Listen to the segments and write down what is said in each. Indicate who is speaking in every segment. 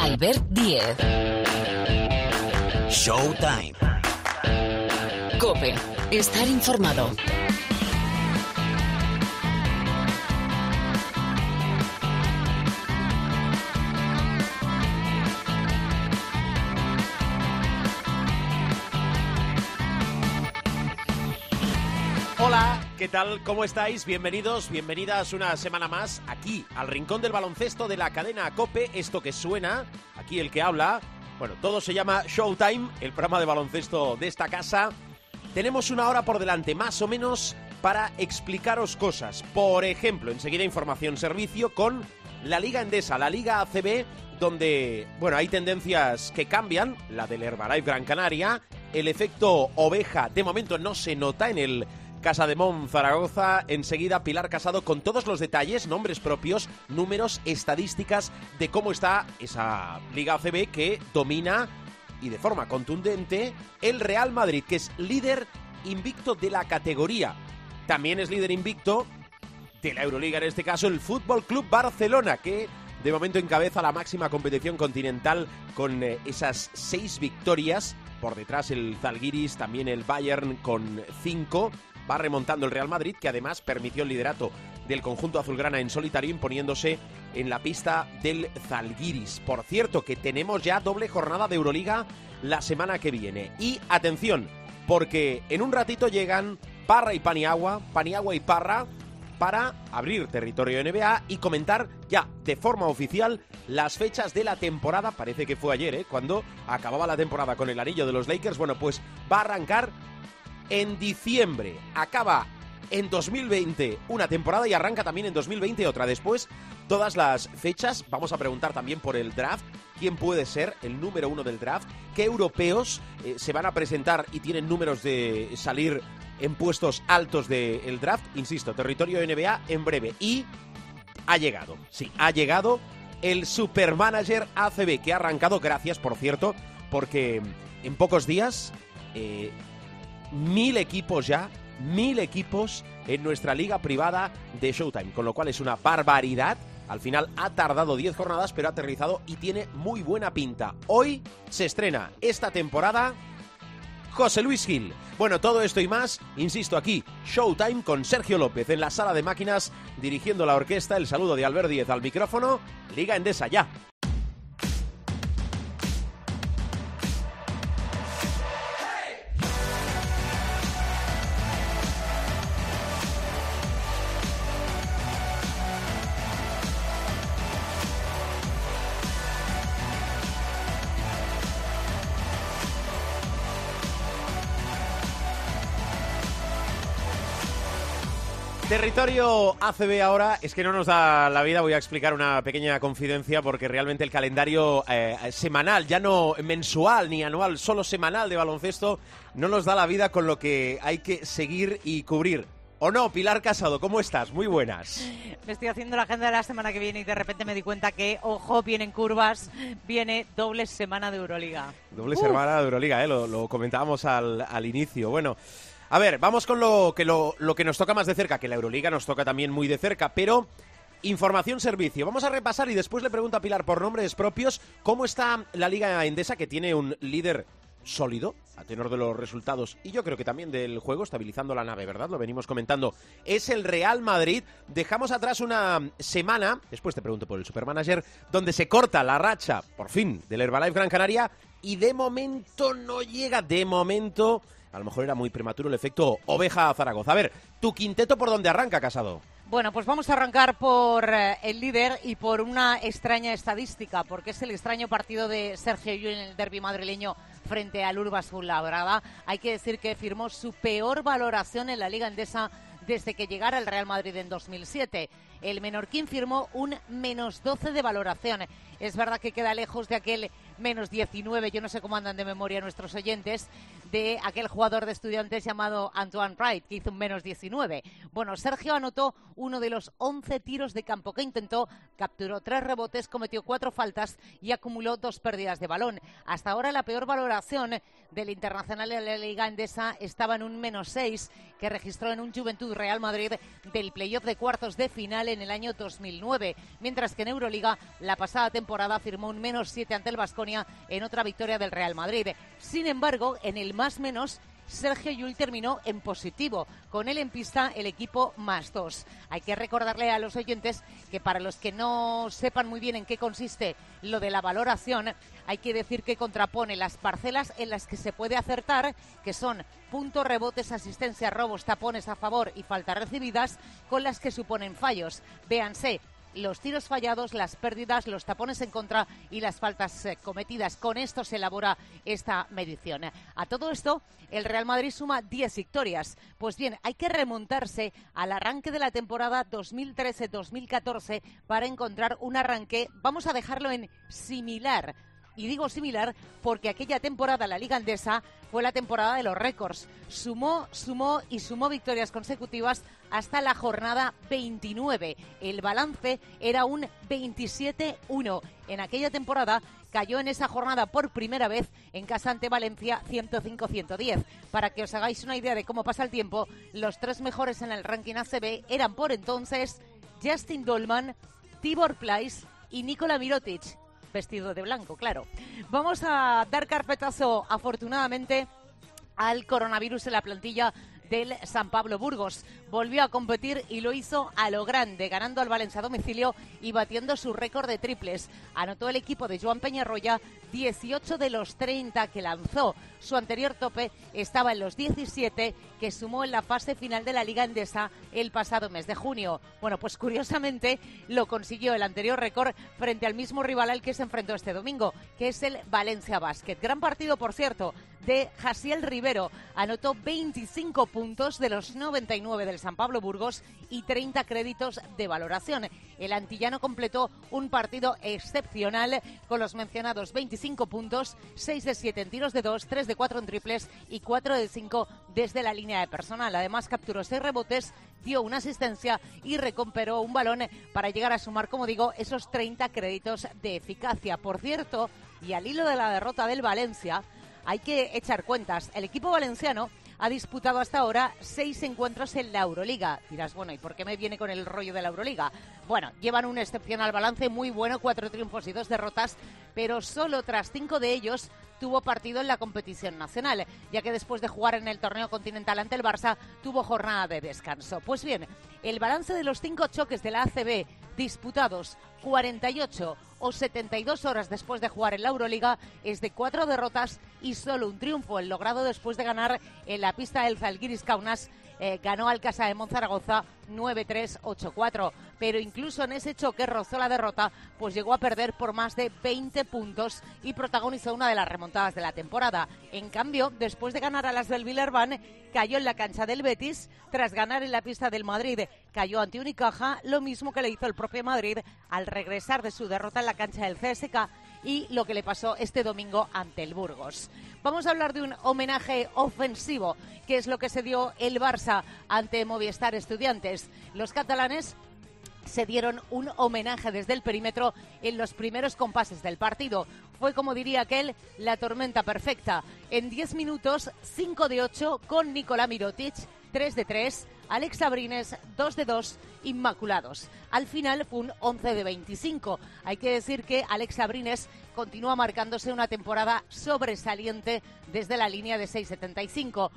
Speaker 1: Albert Díez.
Speaker 2: Showtime.
Speaker 1: COPE. Estar informado.
Speaker 3: Hola, ¿qué tal? ¿Cómo estáis? Bienvenidos, bienvenidas una semana más aquí al Rincón del Baloncesto de la cadena COPE. Esto que suena, aquí el que habla, bueno, todo se llama Showtime, el programa de baloncesto de esta casa. Tenemos una hora por delante, más o menos, para explicaros cosas. Por ejemplo, enseguida información-servicio con la Liga Endesa, la Liga ACB, donde, bueno, hay tendencias que cambian, la del Herbalife Gran Canaria, el efecto oveja, de momento no se nota en el Casademont Zaragoza. Enseguida Pilar Casado con todos los detalles, nombres propios, números, estadísticas de cómo está esa Liga ACB que domina y de forma contundente el Real Madrid, que es líder invicto de la categoría. También es líder invicto de la Euroliga, en este caso el Fútbol Club Barcelona, que de momento encabeza la máxima competición continental con esas 6 victorias. Por detrás el Zalgiris, también el Bayern con 5. Va remontando el Real Madrid, que además permitió el liderato del conjunto azulgrana en solitario, imponiéndose en la pista del Zalgiris. Por cierto, que tenemos ya doble jornada de Euroliga la semana que viene. Y atención, porque en un ratito llegan Parra y Paniagua y Parra, para abrir territorio NBA y comentar ya de forma oficial las fechas de la temporada. Parece que fue ayer, cuando acababa la temporada con el anillo de los Lakers. Bueno, pues va a arrancar en diciembre. Acaba en 2020 una temporada y arranca también en 2020 otra. Después, todas las fechas. Vamos a preguntar también por el draft. ¿Quién puede ser el número 1 del draft? ¿Qué europeos se van a presentar y tienen números de salir en puestos altos del draft? Insisto, territorio NBA en breve. Y ha llegado, sí, ha llegado el Supermanager ACB, que ha arrancado, gracias, por cierto, porque en pocos días 1000 equipos ya, 1000 equipos en nuestra liga privada de Showtime, con lo cual es una barbaridad. Al final ha tardado 10 jornadas, pero ha aterrizado y tiene muy buena pinta. Hoy se estrena esta temporada José Luis Gil. Bueno, todo esto y más, insisto, aquí, Showtime con Sergio López en la sala de máquinas, dirigiendo la orquesta. El saludo de Albert Díez al micrófono. Liga Endesa ya. Territorio ACB ahora. Es que no nos da la vida, voy a explicar una pequeña confidencia, porque realmente el calendario semanal, ya no mensual ni anual, solo semanal de baloncesto, no nos da la vida con lo que hay que seguir y cubrir. ¿O no? Pilar Casado, ¿cómo estás? Muy buenas.
Speaker 4: Me estoy haciendo la agenda de la semana que viene y de repente me di cuenta que, ojo, vienen curvas, viene doble semana de Euroliga.
Speaker 3: Doble semana de Euroliga, lo comentábamos al inicio. Bueno, a ver, vamos con lo que nos toca más de cerca, que la Euroliga nos toca también muy de cerca, pero información-servicio. Vamos a repasar y después le pregunto a Pilar por nombres propios cómo está la Liga Endesa, que tiene un líder sólido, a tenor de los resultados y yo creo que también del juego, estabilizando la nave, ¿verdad? Lo venimos comentando. Es el Real Madrid. Dejamos atrás una semana, después te pregunto por el Supermanager, donde se corta la racha, por fin, del Herbalife Gran Canaria y de momento no llega, a lo mejor era muy prematuro el efecto oveja Zaragoza. A ver, tu quinteto, ¿por dónde arranca, Casado?
Speaker 4: Bueno, pues vamos a arrancar por el líder y por una extraña estadística, porque es el extraño partido de Sergio Llull en el derbi madrileño frente al Urbas Fuenlabrada. Hay que decir que firmó su peor valoración en la Liga Endesa desde que llegara al Real Madrid en 2007. El menorquín firmó un -12 de valoración. Es verdad que queda lejos de aquel menos 19, yo no sé cómo andan de memoria nuestros oyentes, de aquel jugador de Estudiantes llamado Antoine Wright, que hizo un menos 19. Bueno, Sergio anotó uno de los 11 tiros de campo que intentó, capturó 3 rebotes, cometió 4 faltas y acumuló 2 pérdidas de balón. Hasta ahora la peor valoración del internacional de la Liga Endesa estaba en un menos 6, que registró en un Juventud Real Madrid del playoff de cuartos de final en el año 2009, mientras que en Euroliga la pasada temporada firmó un menos 7 ante el Baskonia en otra victoria del Real Madrid. Sin embargo, en el más menos, Sergio Llull terminó en positivo, con él en pista el equipo más 2. Hay que recordarle a los oyentes que para los que no sepan muy bien en qué consiste lo de la valoración, hay que decir que contrapone las parcelas en las que se puede acertar, que son puntos, rebotes, asistencias, robos, tapones a favor y faltas recibidas, con las que suponen fallos. Véanse los tiros fallados, las pérdidas, los tapones en contra y las faltas cometidas. Con esto se elabora esta medición. A todo esto, el Real Madrid suma 10 victorias. Pues bien, hay que remontarse al arranque de la temporada 2013-2014 para encontrar un arranque, vamos a dejarlo en similar. Y digo similar porque aquella temporada la Liga Endesa fue la temporada de los récords. Sumó victorias consecutivas hasta la jornada 29. El balance era un 27-1. En aquella temporada cayó en esa jornada por primera vez en casa ante Valencia 105-110. Para que os hagáis una idea de cómo pasa el tiempo, los 3 mejores en el ranking ACB eran por entonces Justin Dolman, Tibor Pleiss y Nikola Mirotic. Vestido de blanco, claro. Vamos a dar carpetazo, afortunadamente, al coronavirus en la plantilla del San Pablo Burgos. Volvió a competir y lo hizo a lo grande, ganando al Valencia a domicilio y batiendo su récord de triples. Anotó el equipo de Joan Peñarroya 18 de los 30 que lanzó. Su anterior tope estaba en los 17 que sumó en la fase final de la Liga Endesa el pasado mes de junio. Bueno, pues curiosamente lo consiguió el anterior récord frente al mismo rival al que se enfrentó este domingo, que es el Valencia Basket. Gran partido, por cierto, de Jasiel Rivero. Anotó 25 puntos de los 99 del San Pablo Burgos y 30 créditos de valoración. El antillano completó un partido excepcional con los mencionados 25 puntos, 6 de 7 en tiros de 2, 3 de 4 en triples y 4 de 5 desde la línea de personal. Además capturó 6 rebotes, dio una asistencia y recuperó un balón para llegar a sumar, como digo, esos 30 créditos de eficacia. Por cierto, y al hilo de la derrota del Valencia, hay que echar cuentas. El equipo valenciano ha disputado hasta ahora 6 encuentros en la Euroliga. Dirás, bueno, ¿y por qué me viene con el rollo de la Euroliga? Bueno, llevan un excepcional balance muy bueno, 4 triunfos y 2 derrotas, pero solo tras 5 de ellos tuvo partido en la competición nacional, ya que después de jugar en el torneo continental ante el Barça, tuvo jornada de descanso. Pues bien, el balance de los 5 choques de la ACB disputados 48 o 72 horas después de jugar en la Euroliga es de 4 derrotas y solo un triunfo, el logrado después de ganar en la pista del Zalgiris Kaunas. Ganó al Casa de Monzaragoza 9-3, 8-4, pero incluso en ese choque rozó la derrota, pues llegó a perder por más de 20 puntos y protagonizó una de las remontadas de la temporada. En cambio, después de ganar a las del Villarban, cayó en la cancha del Betis, tras ganar en la pista del Madrid, cayó ante Unicaja, lo mismo que le hizo el propio Madrid al regresar de su derrota en la cancha del CSKA y lo que le pasó este domingo ante el Burgos. Vamos a hablar de un homenaje ofensivo, que es lo que se dio el Barça ante Movistar Estudiantes. Los catalanes se dieron un homenaje desde el perímetro en los primeros compases del partido. Fue, como diría aquel, la tormenta perfecta. En 10 minutos, 5 de 8 con Nikola Mirotic, 3 de 3, Alex Abrines, 2 de 2, inmaculados. Al final fue un 11 de 25. Hay que decir que Alex Abrines continúa marcándose una temporada sobresaliente desde la línea de 6,75.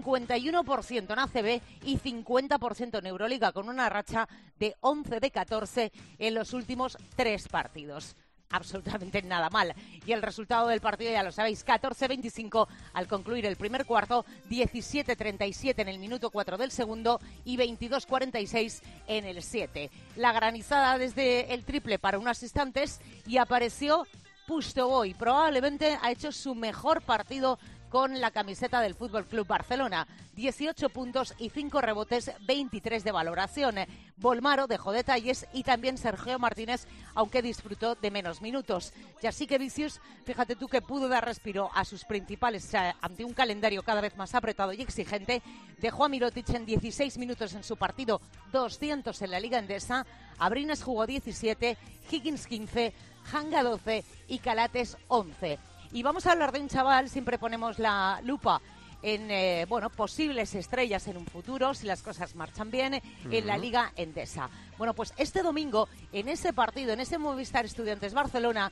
Speaker 4: 51% en ACB y 50% en Euroliga, con una racha de 11 de 14 en los últimos 3 partidos. Absolutamente nada mal. Y el resultado del partido ya lo sabéis, 14-25 al concluir el primer cuarto, 17-37 en el minuto 4 del segundo y 22-46 en el 7. La granizada desde el triple para unos instantes y apareció Pustovoy. Probablemente ha hecho su mejor partido con la camiseta del Fútbol Club Barcelona. 18 puntos y 5 rebotes, 23 de valoración. Bolmaro dejó detalles y también Sergio Martínez, aunque disfrutó de menos minutos. Y así que Vicius, fíjate tú que pudo dar respiro a sus principales ante un calendario cada vez más apretado y exigente. Dejó a Mirotic en 16 minutos en su partido, 200 en la Liga Endesa. Abrines jugó 17, Higgins 15, Hanga 12 y Calates 11. Y vamos a hablar de un chaval, siempre ponemos la lupa en posibles estrellas en un futuro, si las cosas marchan bien, en la Liga Endesa. Bueno, pues este domingo, en ese partido, en ese Movistar Estudiantes Barcelona,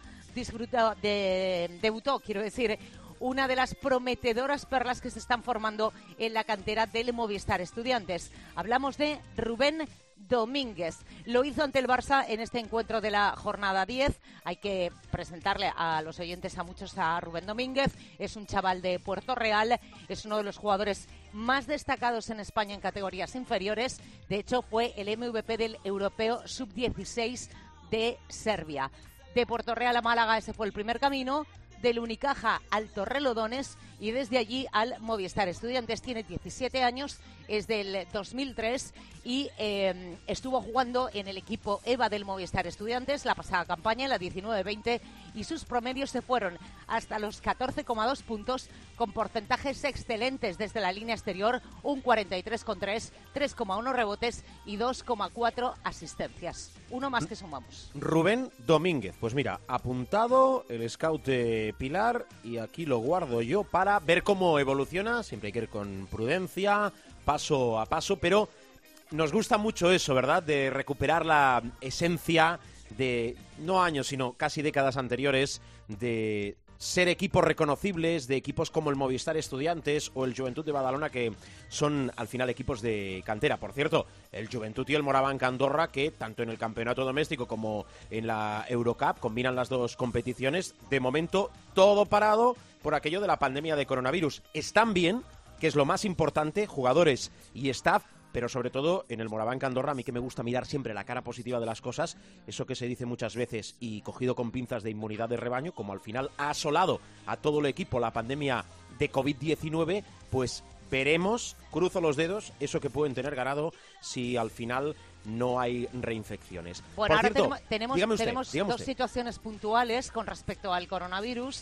Speaker 4: debutó, una de las prometedoras perlas que se están formando en la cantera del Movistar Estudiantes. Hablamos de Rubén Domínguez. Lo hizo ante el Barça en este encuentro de la jornada 10. Hay que presentarle a los oyentes, a muchos, a Rubén Domínguez. Es un chaval de Puerto Real, es uno de los jugadores más destacados en España en categorías inferiores. De hecho, fue el MVP del Europeo Sub-16 de Serbia. De Puerto Real a Málaga, ese fue el primer camino. Del Unicaja al Torrelodones y desde allí al Movistar Estudiantes. Tiene 17 años, es del 2003 y estuvo jugando en el equipo EVA del Movistar Estudiantes la pasada campaña, la 19-20, y sus promedios se fueron hasta los 14,2 puntos con porcentajes excelentes desde la línea exterior, un 43,3, 3,1 rebotes y 2,4 asistencias. Uno más que sumamos.
Speaker 3: Rubén Domínguez, pues mira, apuntado el scout de Pilar y aquí lo guardo yo para ver cómo evoluciona. Siempre hay que ir con prudencia, paso a paso, pero nos gusta mucho eso, ¿verdad? De recuperar la esencia de, no años, sino casi décadas anteriores, de ser equipos reconocibles, de equipos como el Movistar Estudiantes o el Joventut de Badalona, que son al final equipos de cantera. Por cierto, el Joventut y el Morabanc Andorra, que tanto en el campeonato doméstico como en la Eurocup combinan las dos competiciones. De momento, todo parado por aquello de la pandemia de coronavirus. Están bien, que es lo más importante, jugadores y staff, pero sobre todo en el Morabanc Andorra, a mí que me gusta mirar siempre la cara positiva de las cosas, eso que se dice muchas veces y cogido con pinzas de inmunidad de rebaño, como al final ha asolado a todo el equipo la pandemia de COVID-19, pues veremos, cruzo los dedos, eso que pueden tener ganado si al final no hay reinfecciones.
Speaker 4: Bueno,
Speaker 3: por
Speaker 4: ahora
Speaker 3: cierto,
Speaker 4: tenemos dos situaciones puntuales con respecto al coronavirus,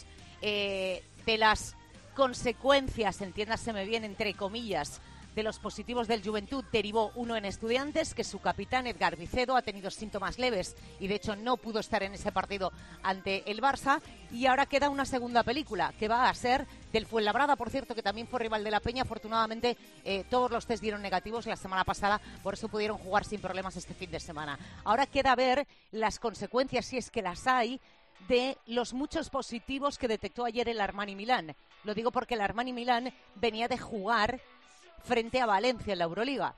Speaker 4: de las consecuencias, entiéndaseme bien, entre comillas, de los positivos del Joventut derivó uno en Estudiantes, que su capitán Edgar Vicedo ha tenido síntomas leves y de hecho no pudo estar en ese partido ante el Barça, y ahora queda una segunda película que va a ser del Fuenlabrada, por cierto, que también fue rival de la Peña. Afortunadamente todos los test dieron negativos la semana pasada, por eso pudieron jugar sin problemas este fin de semana. Ahora queda ver las consecuencias, si es que las hay, de los muchos positivos que detectó ayer el Armani Milán. Lo digo porque el Armani Milán venía de jugar frente a Valencia en la Euroliga.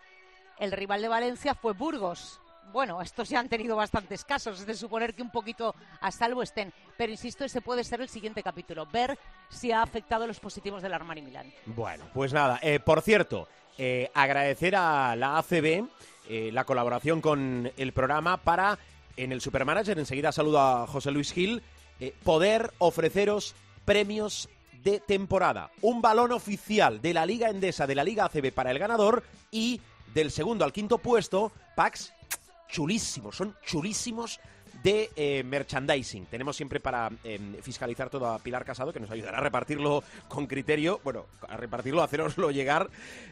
Speaker 4: El rival de Valencia fue Burgos. Bueno, estos ya han tenido bastantes casos, es de suponer que un poquito a salvo estén. Pero insisto, ese puede ser el siguiente capítulo, ver si ha afectado los positivos del Armani Milán.
Speaker 3: Bueno, pues nada, por cierto, agradecer a la ACB la colaboración con el programa para, en el Supermanager, enseguida saludo a José Luis Gil, poder ofreceros premios de temporada. Un balón oficial de la Liga Endesa, de la Liga ACB para el ganador, y del segundo al quinto puesto, packs chulísimos, son chulísimos de merchandising. Tenemos siempre para fiscalizar todo a Pilar Casado, que nos ayudará a repartirlo con criterio, bueno, a repartirlo, a haceroslo llegar.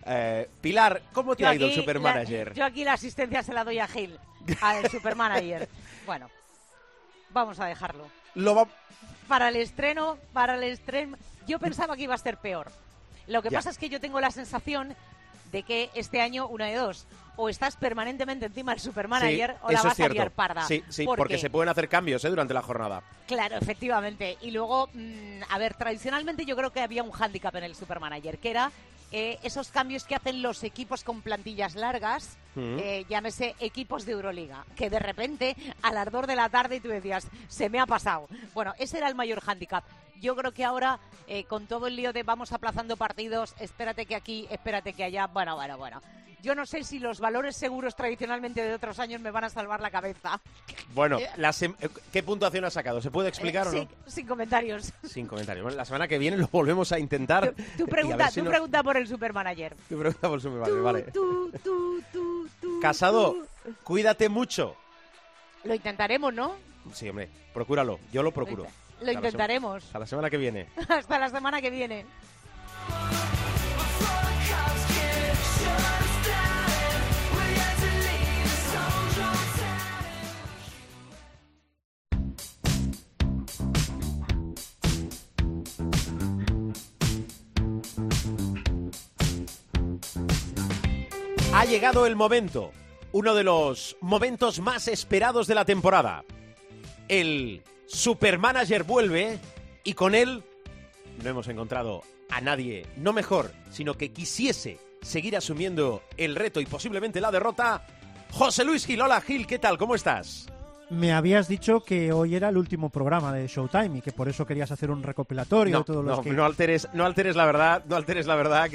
Speaker 3: Pilar, ¿cómo te ha ido el Supermanager?
Speaker 4: Yo aquí la asistencia se la doy a Gil, al Supermanager. Bueno, vamos a dejarlo. Para el estreno, yo pensaba que iba a ser peor. Lo que pasa es que yo tengo la sensación de que este año, una de dos, o estás permanentemente encima del Supermanager, o la vas a liar parda.
Speaker 3: Sí, porque se pueden hacer cambios durante la jornada.
Speaker 4: Claro, efectivamente. Y luego, tradicionalmente yo creo que había un hándicap en el Supermanager, que era esos cambios que hacen los equipos con plantillas largas, llámese equipos de Euroliga, que de repente, al ardor de la tarde, tú decías, se me ha pasado. Bueno, ese era el mayor hándicap. Yo creo que ahora, con todo el lío de vamos aplazando partidos, espérate que aquí, espérate que allá, bueno. Yo no sé si los valores seguros tradicionalmente de otros años me van a salvar la cabeza.
Speaker 3: Bueno, ¿qué puntuación has sacado? ¿Se puede explicar o no?
Speaker 4: Sin comentarios.
Speaker 3: Sin comentarios. Bueno, la semana que viene lo volvemos a intentar.
Speaker 4: Tú pregunta por el supermanager.
Speaker 3: Tú pregunta por el supermanager, vale. Casado, cuídate mucho.
Speaker 4: Lo intentaremos, ¿no?
Speaker 3: Sí, hombre, procúralo. Yo lo procuro.
Speaker 4: Lo intentaremos.
Speaker 3: Hasta la semana que viene.
Speaker 4: Hasta la semana que viene.
Speaker 3: Ha llegado el momento, uno de los momentos más esperados de la temporada. El Supermanager vuelve y con él no hemos encontrado a nadie, no mejor, sino que quisiese seguir asumiendo el reto y posiblemente la derrota. José Luis Gil. Hola Gil, ¿qué tal? ¿Cómo estás?
Speaker 2: Me habías dicho que hoy era el último programa de Showtime y que por eso querías hacer un recopilatorio de todos los que...
Speaker 3: No alteres la verdad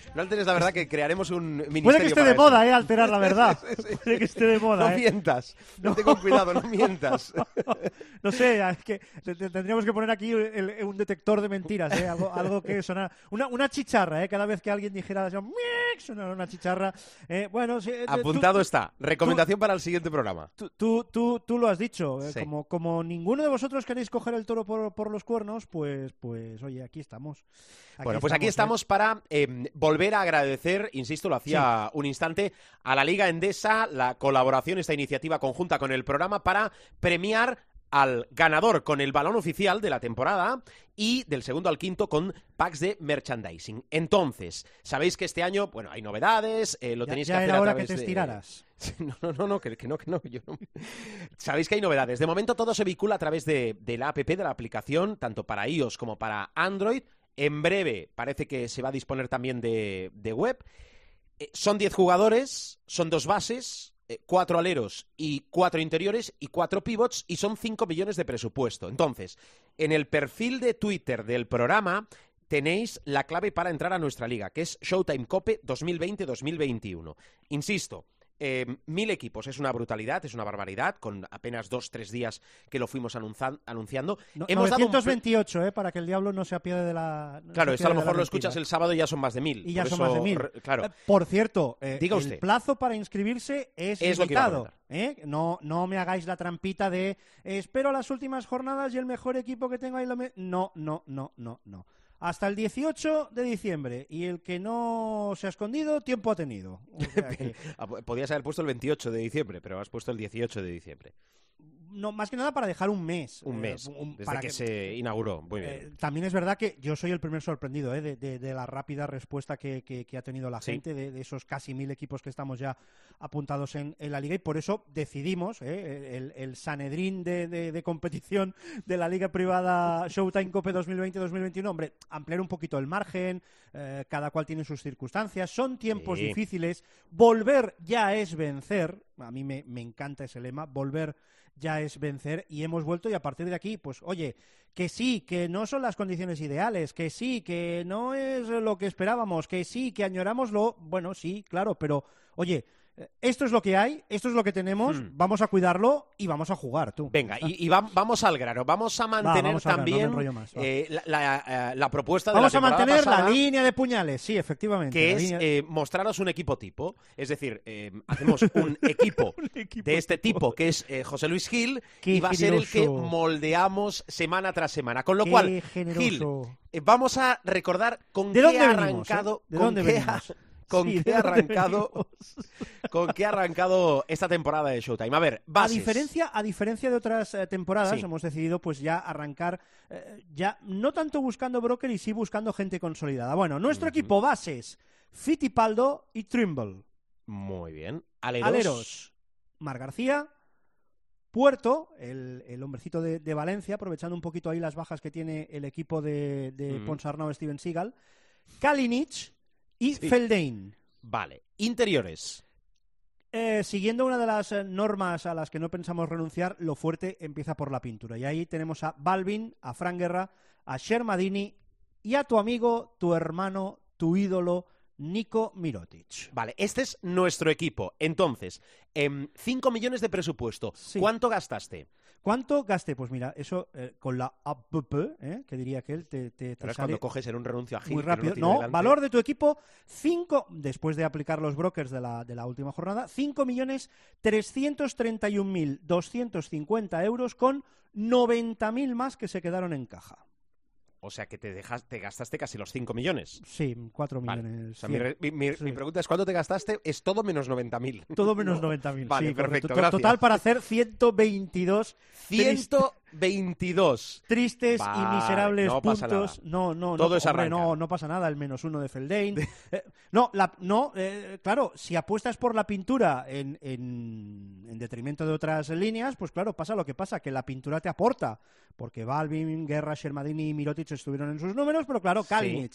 Speaker 3: que crearemos un ministerio.
Speaker 2: Puede que esté de
Speaker 3: eso.
Speaker 2: moda, alterar la verdad.
Speaker 3: Sí.
Speaker 2: Puede que esté de moda.
Speaker 3: No mientas. No tengo cuidado, no mientas.
Speaker 2: No sé, es que tendríamos que poner aquí un detector de mentiras, algo que sonara. Una chicharra, cada vez que alguien dijera sonara una chicharra. Bueno, sí,
Speaker 3: apuntado está. Recomendación para el siguiente programa.
Speaker 2: Tú lo has dicho.
Speaker 3: Sí.
Speaker 2: Como ninguno de vosotros queréis coger el toro por los cuernos, pues oye, aquí estamos.
Speaker 3: Aquí estamos para volver a agradecer, insisto, lo hacía un instante, a la Liga Endesa la colaboración, esta iniciativa conjunta con el programa para premiar al ganador con el balón oficial de la temporada y del segundo al quinto con packs de merchandising. Entonces, sabéis que este año, bueno, hay novedades, lo tenéis que hacer
Speaker 2: era hora
Speaker 3: a través
Speaker 2: que te estiraras.
Speaker 3: No, que no, yo no. Sabéis que hay novedades. De momento todo se vincula a través de la app, de la aplicación, tanto para iOS como para Android. En breve parece que se va a disponer también de web. Son 10 jugadores, son 2 bases, 4 aleros y 4 interiores y 4 pivots y son 5 millones de presupuesto. Entonces, en el perfil de Twitter del programa tenéis la clave para entrar a nuestra liga, que es Showtime Cope 2020-2021. Insisto, 1000 equipos, es una brutalidad, es una barbaridad, con apenas 2-3 días que lo fuimos anunciando.
Speaker 2: Hemos 928, para que el diablo no se apiade de la...
Speaker 3: Claro, esto a lo mejor lo escuchas el sábado y ya son más de 1000.
Speaker 2: Y ya son más de 1000.
Speaker 3: Claro.
Speaker 2: Por cierto,
Speaker 3: Diga
Speaker 2: el
Speaker 3: usted.
Speaker 2: plazo para inscribirse es limitado. No me hagáis la trampita de espero las últimas jornadas y el mejor equipo que tengo ahí No. Hasta el 18 de diciembre. Y el que no se ha escondido, tiempo ha tenido. O sea que...
Speaker 3: Podías haber puesto el 28 de diciembre, pero has puesto el 18 de diciembre.
Speaker 2: No, más que nada para dejar un mes.
Speaker 3: Un mes, desde
Speaker 2: para
Speaker 3: que se inauguró. Muy bien.
Speaker 2: También es verdad que yo soy el primer sorprendido de la rápida respuesta que ha tenido la gente, de esos casi 1000 equipos que estamos ya apuntados en la Liga, y por eso decidimos, el Sanedrín de competición de la Liga Privada Showtime Cope 2020-2021, hombre, ampliar un poquito el margen, cada cual tiene sus circunstancias, son tiempos difíciles, volver ya es vencer, a mí me encanta ese lema, volver ya es vencer, y hemos vuelto, y a partir de aquí, pues oye, que sí, que no son las condiciones ideales, que sí, que no es lo que esperábamos, que sí, que añoramos bueno, sí, claro, pero oye, esto es lo que hay, esto es lo que tenemos, vamos a cuidarlo y vamos a jugar, tú.
Speaker 3: Venga, y vamos al grano, vamos a mantener también la propuesta de la temporada pasada.
Speaker 2: Vamos a mantener la línea de puñales, sí, efectivamente.
Speaker 3: Que es mostraros un equipo tipo, es decir, hacemos un equipo de este tipo, que es José Luis Gil, y va a ser el que moldeamos semana tras semana. Con lo cual, Gil, vamos a recordar con qué ha arrancado... ¿Con qué ha arrancado esta temporada de Showtime? A ver, bases.
Speaker 2: A diferencia de otras temporadas, hemos decidido pues ya arrancar, ya no tanto buscando broker y sí buscando gente consolidada. Bueno, nuestro equipo bases, Fittipaldo y Trimble.
Speaker 3: Muy bien.
Speaker 2: Aleros, Mar García, Puerto, el hombrecito de Valencia, aprovechando un poquito ahí las bajas que tiene el equipo de Ponsarnau, Steven Seagal, Kalinic y Feldain.
Speaker 3: Vale. Interiores.
Speaker 2: Siguiendo una de las normas a las que no pensamos renunciar, lo fuerte empieza por la pintura. Y ahí tenemos a Balvin, a Fran Guerra, a Shermadini y a tu amigo, tu hermano, tu ídolo, Niko Mirotic.
Speaker 3: Vale, este es nuestro equipo. Entonces, 5 millones de presupuesto.
Speaker 2: Sí.
Speaker 3: ¿Cuánto gastaste?
Speaker 2: ¿Cuánto gasté? Pues mira, eso con la APP, que diría que él te
Speaker 3: Pero es
Speaker 2: sale
Speaker 3: cuando coges en un renuncio a Gil,
Speaker 2: muy
Speaker 3: que
Speaker 2: rápido.
Speaker 3: tiene
Speaker 2: No,
Speaker 3: delante.
Speaker 2: valor de tu equipo, 5, después de aplicar los brokers de la última jornada, 5.331.250 euros con 90.000 más que se quedaron en caja.
Speaker 3: O sea que te gastaste casi los 5 millones.
Speaker 2: Sí, 4
Speaker 3: Vale.
Speaker 2: millones.
Speaker 3: O sea,
Speaker 2: 100.
Speaker 3: mi
Speaker 2: Sí.
Speaker 3: pregunta es, ¿cuánto te gastaste? Es todo menos 90.000.
Speaker 2: Todo menos
Speaker 3: No.
Speaker 2: 90.000.
Speaker 3: Vale,
Speaker 2: sí,
Speaker 3: perfecto,
Speaker 2: correcto.
Speaker 3: gracias.
Speaker 2: Total para hacer 122
Speaker 3: 122.
Speaker 2: tristes
Speaker 3: Vale,
Speaker 2: y miserables
Speaker 3: no pasa
Speaker 2: puntos. No,
Speaker 3: Todo es
Speaker 2: hombre,
Speaker 3: arrancar.
Speaker 2: no pasa nada, el -1 de Feldain. Claro, si apuestas por la pintura en detrimento de otras líneas, pues claro, pasa lo que pasa, que la pintura te aporta, porque Balvin, Guerra, Shermadini y Mirotic estuvieron en sus números, pero claro, Kalinic,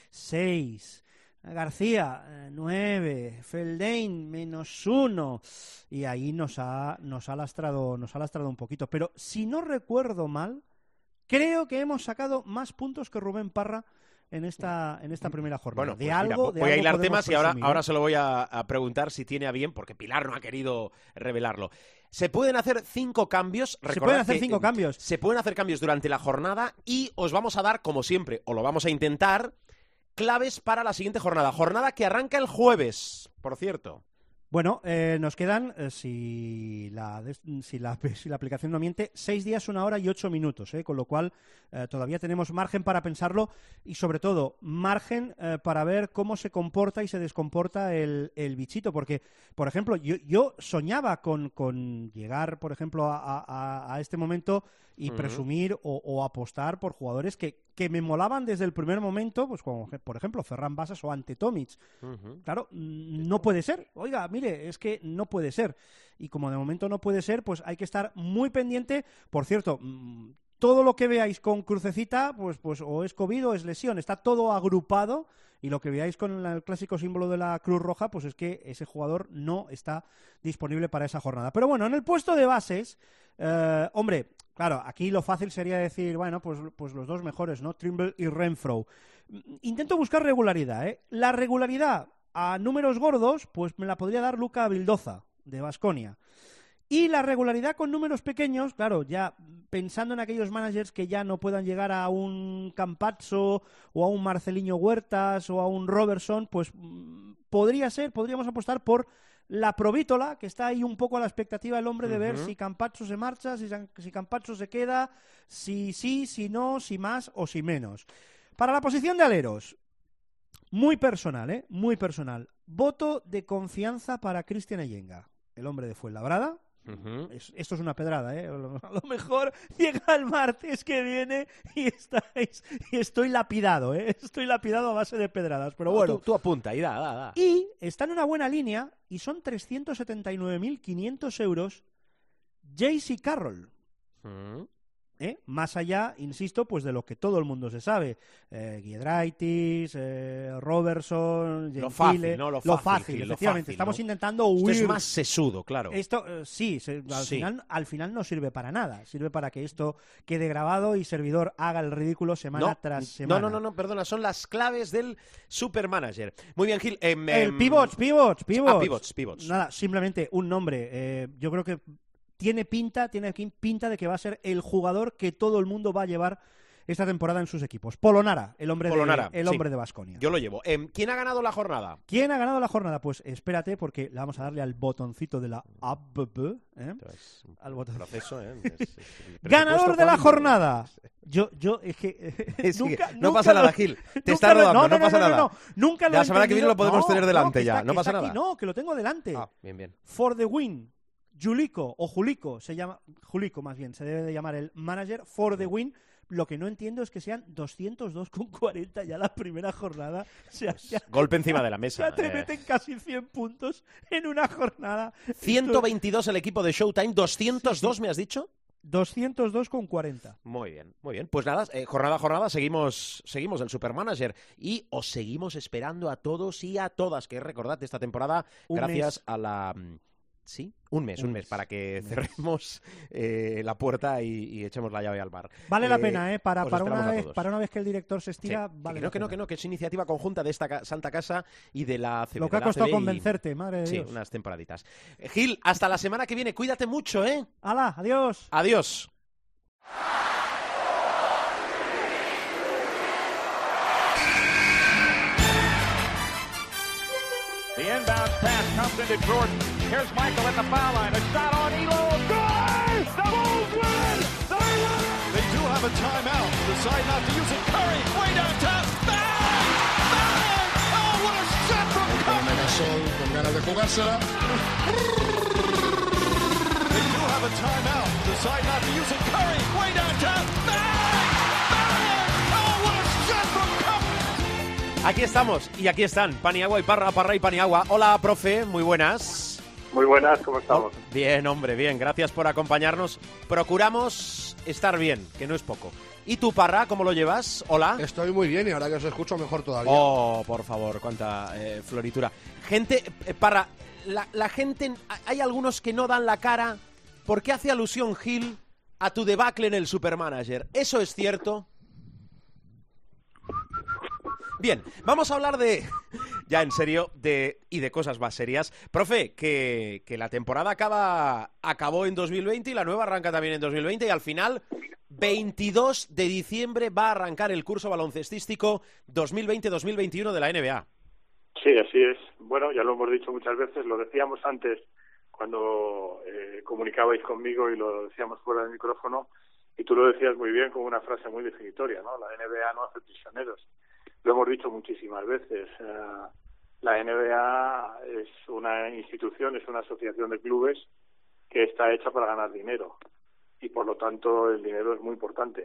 Speaker 2: 6... García, 9, Feldain, -1, y ahí nos ha lastrado un poquito. Pero si no recuerdo mal, creo que hemos sacado más puntos que Rubén Parra en esta primera jornada.
Speaker 3: Bueno, pues mira, voy a hilar temas y ahora se lo voy a preguntar si tiene a bien, porque Pilar no ha querido revelarlo. Se pueden hacer 5 cambios.
Speaker 2: Se pueden hacer
Speaker 3: que,
Speaker 2: 5 cambios.
Speaker 3: Se pueden hacer cambios durante la jornada y os vamos a dar, como siempre, o lo vamos a intentar, claves para la siguiente jornada. Jornada que arranca el jueves, por cierto.
Speaker 2: Bueno, nos quedan, si la aplicación no miente, 6 días, 1 hora y 8 minutos, con lo cual todavía tenemos margen para pensarlo y, sobre todo, margen para ver cómo se comporta y se descomporta el bichito, porque, por ejemplo, yo soñaba con llegar, por ejemplo, a este momento y presumir o apostar por jugadores que me molaban desde el primer momento, pues como, por ejemplo, Ferran Basas o Ante Tomic. Claro, no puede ser. Oiga, mire, es que no puede ser. Y como de momento no puede ser, pues hay que estar muy pendiente. Por cierto, todo lo que veáis con crucecita, pues o es COVID o es lesión. Está todo agrupado. Y lo que veáis con el clásico símbolo de la Cruz Roja, pues es que ese jugador no está disponible para esa jornada. Pero bueno, en el puesto de bases, hombre, claro, aquí lo fácil sería decir, bueno, pues los dos mejores, ¿no? Trimble y Renfrow. Intento buscar regularidad, ¿eh? La regularidad a números gordos, pues me la podría dar Luca Vildoza, de Baskonia. Y la regularidad con números pequeños, claro, ya pensando en aquellos managers que ya no puedan llegar a un Campazzo o a un Marcelinho Huertas o a un Robertson, pues podríamos apostar por la Provítola, que está ahí un poco a la expectativa el hombre de ver si Campazzo se marcha, si Campazzo se queda, si sí, si no, si más o si menos. Para la posición de aleros, muy personal, muy personal. Voto de confianza para Cristian Eyenga, el hombre de Fuenlabrada. Esto es una pedrada, ¿eh? A lo mejor llega el martes que viene y estoy lapidado, ¿eh? Estoy lapidado a base de pedradas, pero bueno.
Speaker 3: Tú apunta y da.
Speaker 2: Y está en una buena línea y son 379.500 euros JC Carroll. Más allá, insisto, pues de lo que todo el mundo se sabe. Giedraitis, Robertson, Gentile...
Speaker 3: Lo
Speaker 2: fácil, efectivamente. Estamos intentando huir.
Speaker 3: Esto es más sesudo, claro.
Speaker 2: Esto, al final no sirve para nada. Sirve para que esto quede grabado y servidor haga el ridículo semana tras semana.
Speaker 3: No, perdona. Son las claves del supermanager. Muy bien, Gil.
Speaker 2: Pivots. Nada, simplemente un nombre. Yo creo que tiene pinta de que va a ser el jugador que todo el mundo va a llevar esta temporada en sus equipos. Polonara, el hombre de Baskonia.
Speaker 3: Yo lo llevo. ¿Quién ha ganado la jornada?
Speaker 2: ¿Quién ha ganado la jornada? Pues espérate, porque le vamos a darle al botoncito de la ABB. Al botoncito.
Speaker 3: Proceso,
Speaker 2: ¡Ganador de la jornada! Yo es que
Speaker 3: no pasa nada, Gil. Te está rodando, no pasa nada.
Speaker 2: Nunca lo he
Speaker 3: La semana que viene lo podemos tener delante ya. No pasa nada.
Speaker 2: No, que lo tengo delante.
Speaker 3: Bien.
Speaker 2: For the win. Julico, se llama Julico más bien, se debe de llamar el manager for the win. Lo que no entiendo es que sean 202,40 ya la primera jornada. O sea,
Speaker 3: golpe encima de la mesa.
Speaker 2: Ya te meten casi 100 puntos en una jornada.
Speaker 3: 122 el equipo de Showtime, 202 me has dicho.
Speaker 2: 202,40.
Speaker 3: Muy bien, muy bien. Pues nada, jornada a jornada seguimos el Supermanager y os seguimos esperando a todos y a todas, que recordad esta temporada, gracias a la... Sí, un mes, para que cerremos la puerta y echemos la llave al bar.
Speaker 2: Vale la pena, para una vez que el director se estira,
Speaker 3: sí,
Speaker 2: vale
Speaker 3: que no, que es iniciativa conjunta de esta Santa Casa y de la ACB.
Speaker 2: Lo que ha costado convencerte, madre de Dios.
Speaker 3: Sí, unas temporaditas. Gil, hasta la semana que viene, cuídate mucho, ¿eh?
Speaker 2: ¡Hala, adiós!
Speaker 3: Adiós.
Speaker 5: The inbound pass comes into Jordan. Here's Michael at the foul line. A shot on Elo. Good! The Bulls win! They win! They do have a timeout. Decide not to use it. Curry way downtown. Bang! Bang! Oh, what a shot from Curry!
Speaker 6: Gasol con ganas de jugársela.
Speaker 5: They do have a timeout. Decide not to use it. Curry way downtown. Bang! Bang! Oh, what a shot from Curry!
Speaker 3: Aquí estamos y aquí están Paniagua y Parra y Paniagua. Hola, profe, muy buenas.
Speaker 7: Muy buenas, ¿cómo estamos?
Speaker 3: Bien, hombre, bien, gracias por acompañarnos. Procuramos estar bien, que no es poco. ¿Y tú, Parra, cómo lo llevas? Hola.
Speaker 6: Estoy muy bien y ahora que os escucho mejor todavía.
Speaker 3: Oh, por favor, cuánta floritura. Gente, Parra, la gente, hay algunos que no dan la cara. ¿Por qué hace alusión Gil a tu debacle en el Supermanager? ¿Eso es cierto? Bien, vamos a hablar ya en serio, de cosas más serias. Profe, que la temporada acabó en 2020 y la nueva arranca también en 2020 y al final, 22 de diciembre va a arrancar el curso baloncestístico 2020-2021 de la NBA.
Speaker 7: Sí, así es. Bueno, ya lo hemos dicho muchas veces, lo decíamos antes cuando comunicabais conmigo y lo decíamos fuera del micrófono y tú lo decías muy bien con una frase muy definitoria, ¿no? La NBA no hace prisioneros. Lo hemos dicho muchísimas veces. La NBA es una institución, es una asociación de clubes que está hecha para ganar dinero y por lo tanto el dinero es muy importante.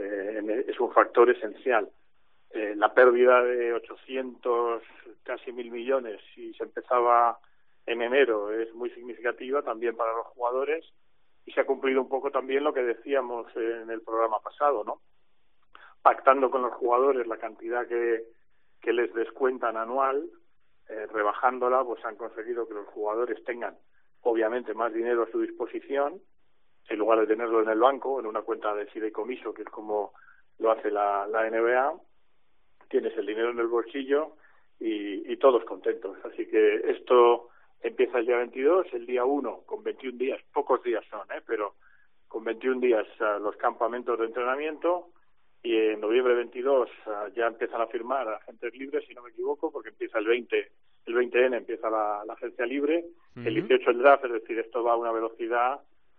Speaker 7: Es un factor esencial. La pérdida de 800, casi 1.000 millones, si se empezaba en enero, es muy significativa también para los jugadores y se ha cumplido un poco también lo que decíamos en el programa pasado, ¿no? Pactando con los jugadores la cantidad que les descuentan anual, rebajándola, pues han conseguido que los jugadores tengan, obviamente, más dinero a su disposición, en lugar de tenerlo en el banco, en una cuenta de fideicomiso, que es como lo hace la NBA. Tienes el dinero en el bolsillo y todos contentos. Así que esto empieza el día 22, el día 1, con 21 días, pocos días son, pero con 21 días los campamentos de entrenamiento. Y en noviembre 22 ya empiezan a firmar agentes libres, si no me equivoco, porque empieza el 20N empieza la agencia libre, el 18 el draft, es decir, esto va a una velocidad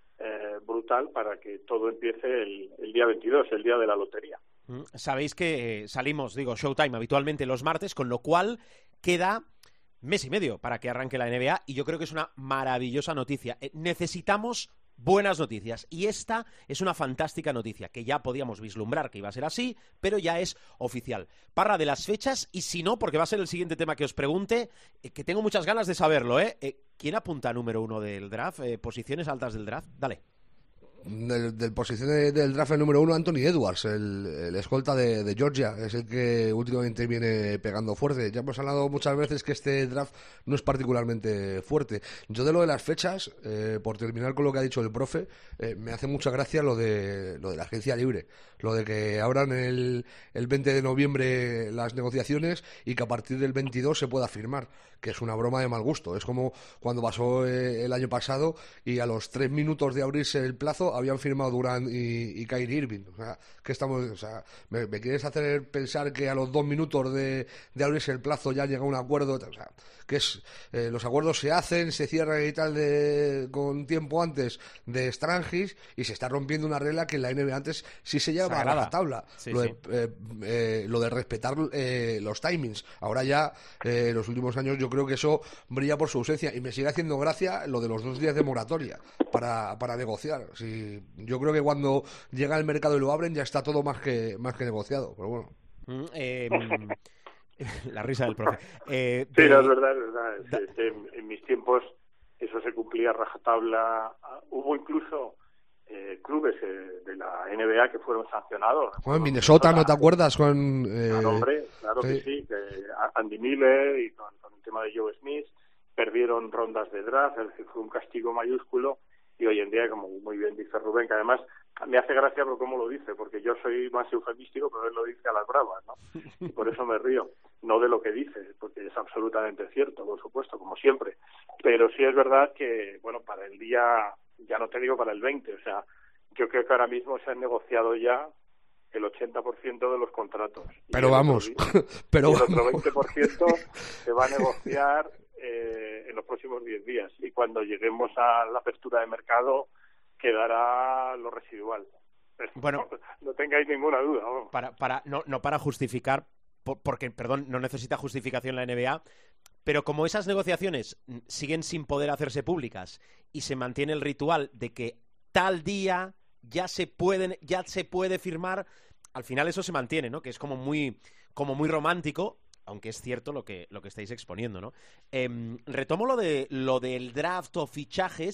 Speaker 7: brutal para que todo empiece el día 22, el día de la lotería.
Speaker 3: Sabéis que salimos, Showtime habitualmente los martes, con lo cual queda mes y medio para que arranque la NBA y yo creo que es una maravillosa noticia. Necesitamos buenas noticias y esta es una fantástica noticia que ya podíamos vislumbrar que iba a ser así, pero ya es oficial. Parra, de las fechas y si no, porque va a ser el siguiente tema que os pregunte, que tengo muchas ganas de saberlo, ¿quién apunta número 1 del draft? ¿Posiciones altas del draft? Dale.
Speaker 6: Del posición del draft el número 1, Anthony Edwards, el escolta de Georgia, es el que últimamente viene pegando fuerte. Ya hemos hablado muchas veces que este draft no es particularmente fuerte. Yo de lo de las fechas, por terminar con lo que ha dicho el profe, me hace mucha gracia lo de la agencia libre, lo de que abran el 20 de noviembre las negociaciones y que a partir del 22 se pueda firmar, que es una broma de mal gusto. Es como cuando pasó el año pasado y a los 3 minutos de abrirse el plazo habían firmado Durant y Kyrie Irving. O sea, que estamos, o sea, ¿me quieres hacer pensar que a los 2 minutos de abrirse el plazo ya llega un acuerdo? O sea, que es los acuerdos se hacen, se cierran y tal con tiempo antes de Strangis y se está rompiendo una regla que en la NBA antes sí se llevaba a la tabla. Sí, lo de respetar los timings. Ahora ya, los últimos años, yo creo que eso brilla por su ausencia y me sigue haciendo gracia lo de los 2 días de moratoria para negociar. Sí, yo creo que cuando llega el mercado y lo abren ya está todo más que negociado, pero bueno.
Speaker 3: La risa del profe.
Speaker 7: Sí, no, es verdad. En mis tiempos eso se cumplía a rajatabla. Hubo incluso clubes de la NBA que fueron sancionados.
Speaker 6: En Minnesota, ¿no te acuerdas?
Speaker 7: Hombre, claro que sí, que Andy Miller y con el tema de Joe Smith perdieron rondas de draft, es decir, fue un castigo mayúsculo, y hoy en día, como muy bien dice Rubén, que además me hace gracia por cómo lo dice, porque yo soy más eufemístico, pero él lo dice a las bravas, ¿no? Y por eso me río, no de lo que dice, porque es absolutamente cierto, por supuesto, como siempre. Pero sí es verdad que, bueno, para el día, ya no te digo para el 20, o sea, yo creo que ahora mismo se han negociado ya el 80% de los contratos.
Speaker 6: Pero vamos,
Speaker 7: y el otro 20% se va a negociar en los próximos 10 días. Y cuando lleguemos a la apertura de mercado, quedará lo residual.
Speaker 3: Bueno,
Speaker 7: no tengáis ninguna duda. Vamos.
Speaker 3: No para justificar, porque, perdón, no necesita justificación la NBA, pero como esas negociaciones siguen sin poder hacerse públicas y se mantiene el ritual de que tal día ya se puede firmar, al final eso se mantiene, ¿no? Que es como muy romántico, aunque es cierto lo que estáis exponiendo, ¿no? Retomo lo del draft o fichajes.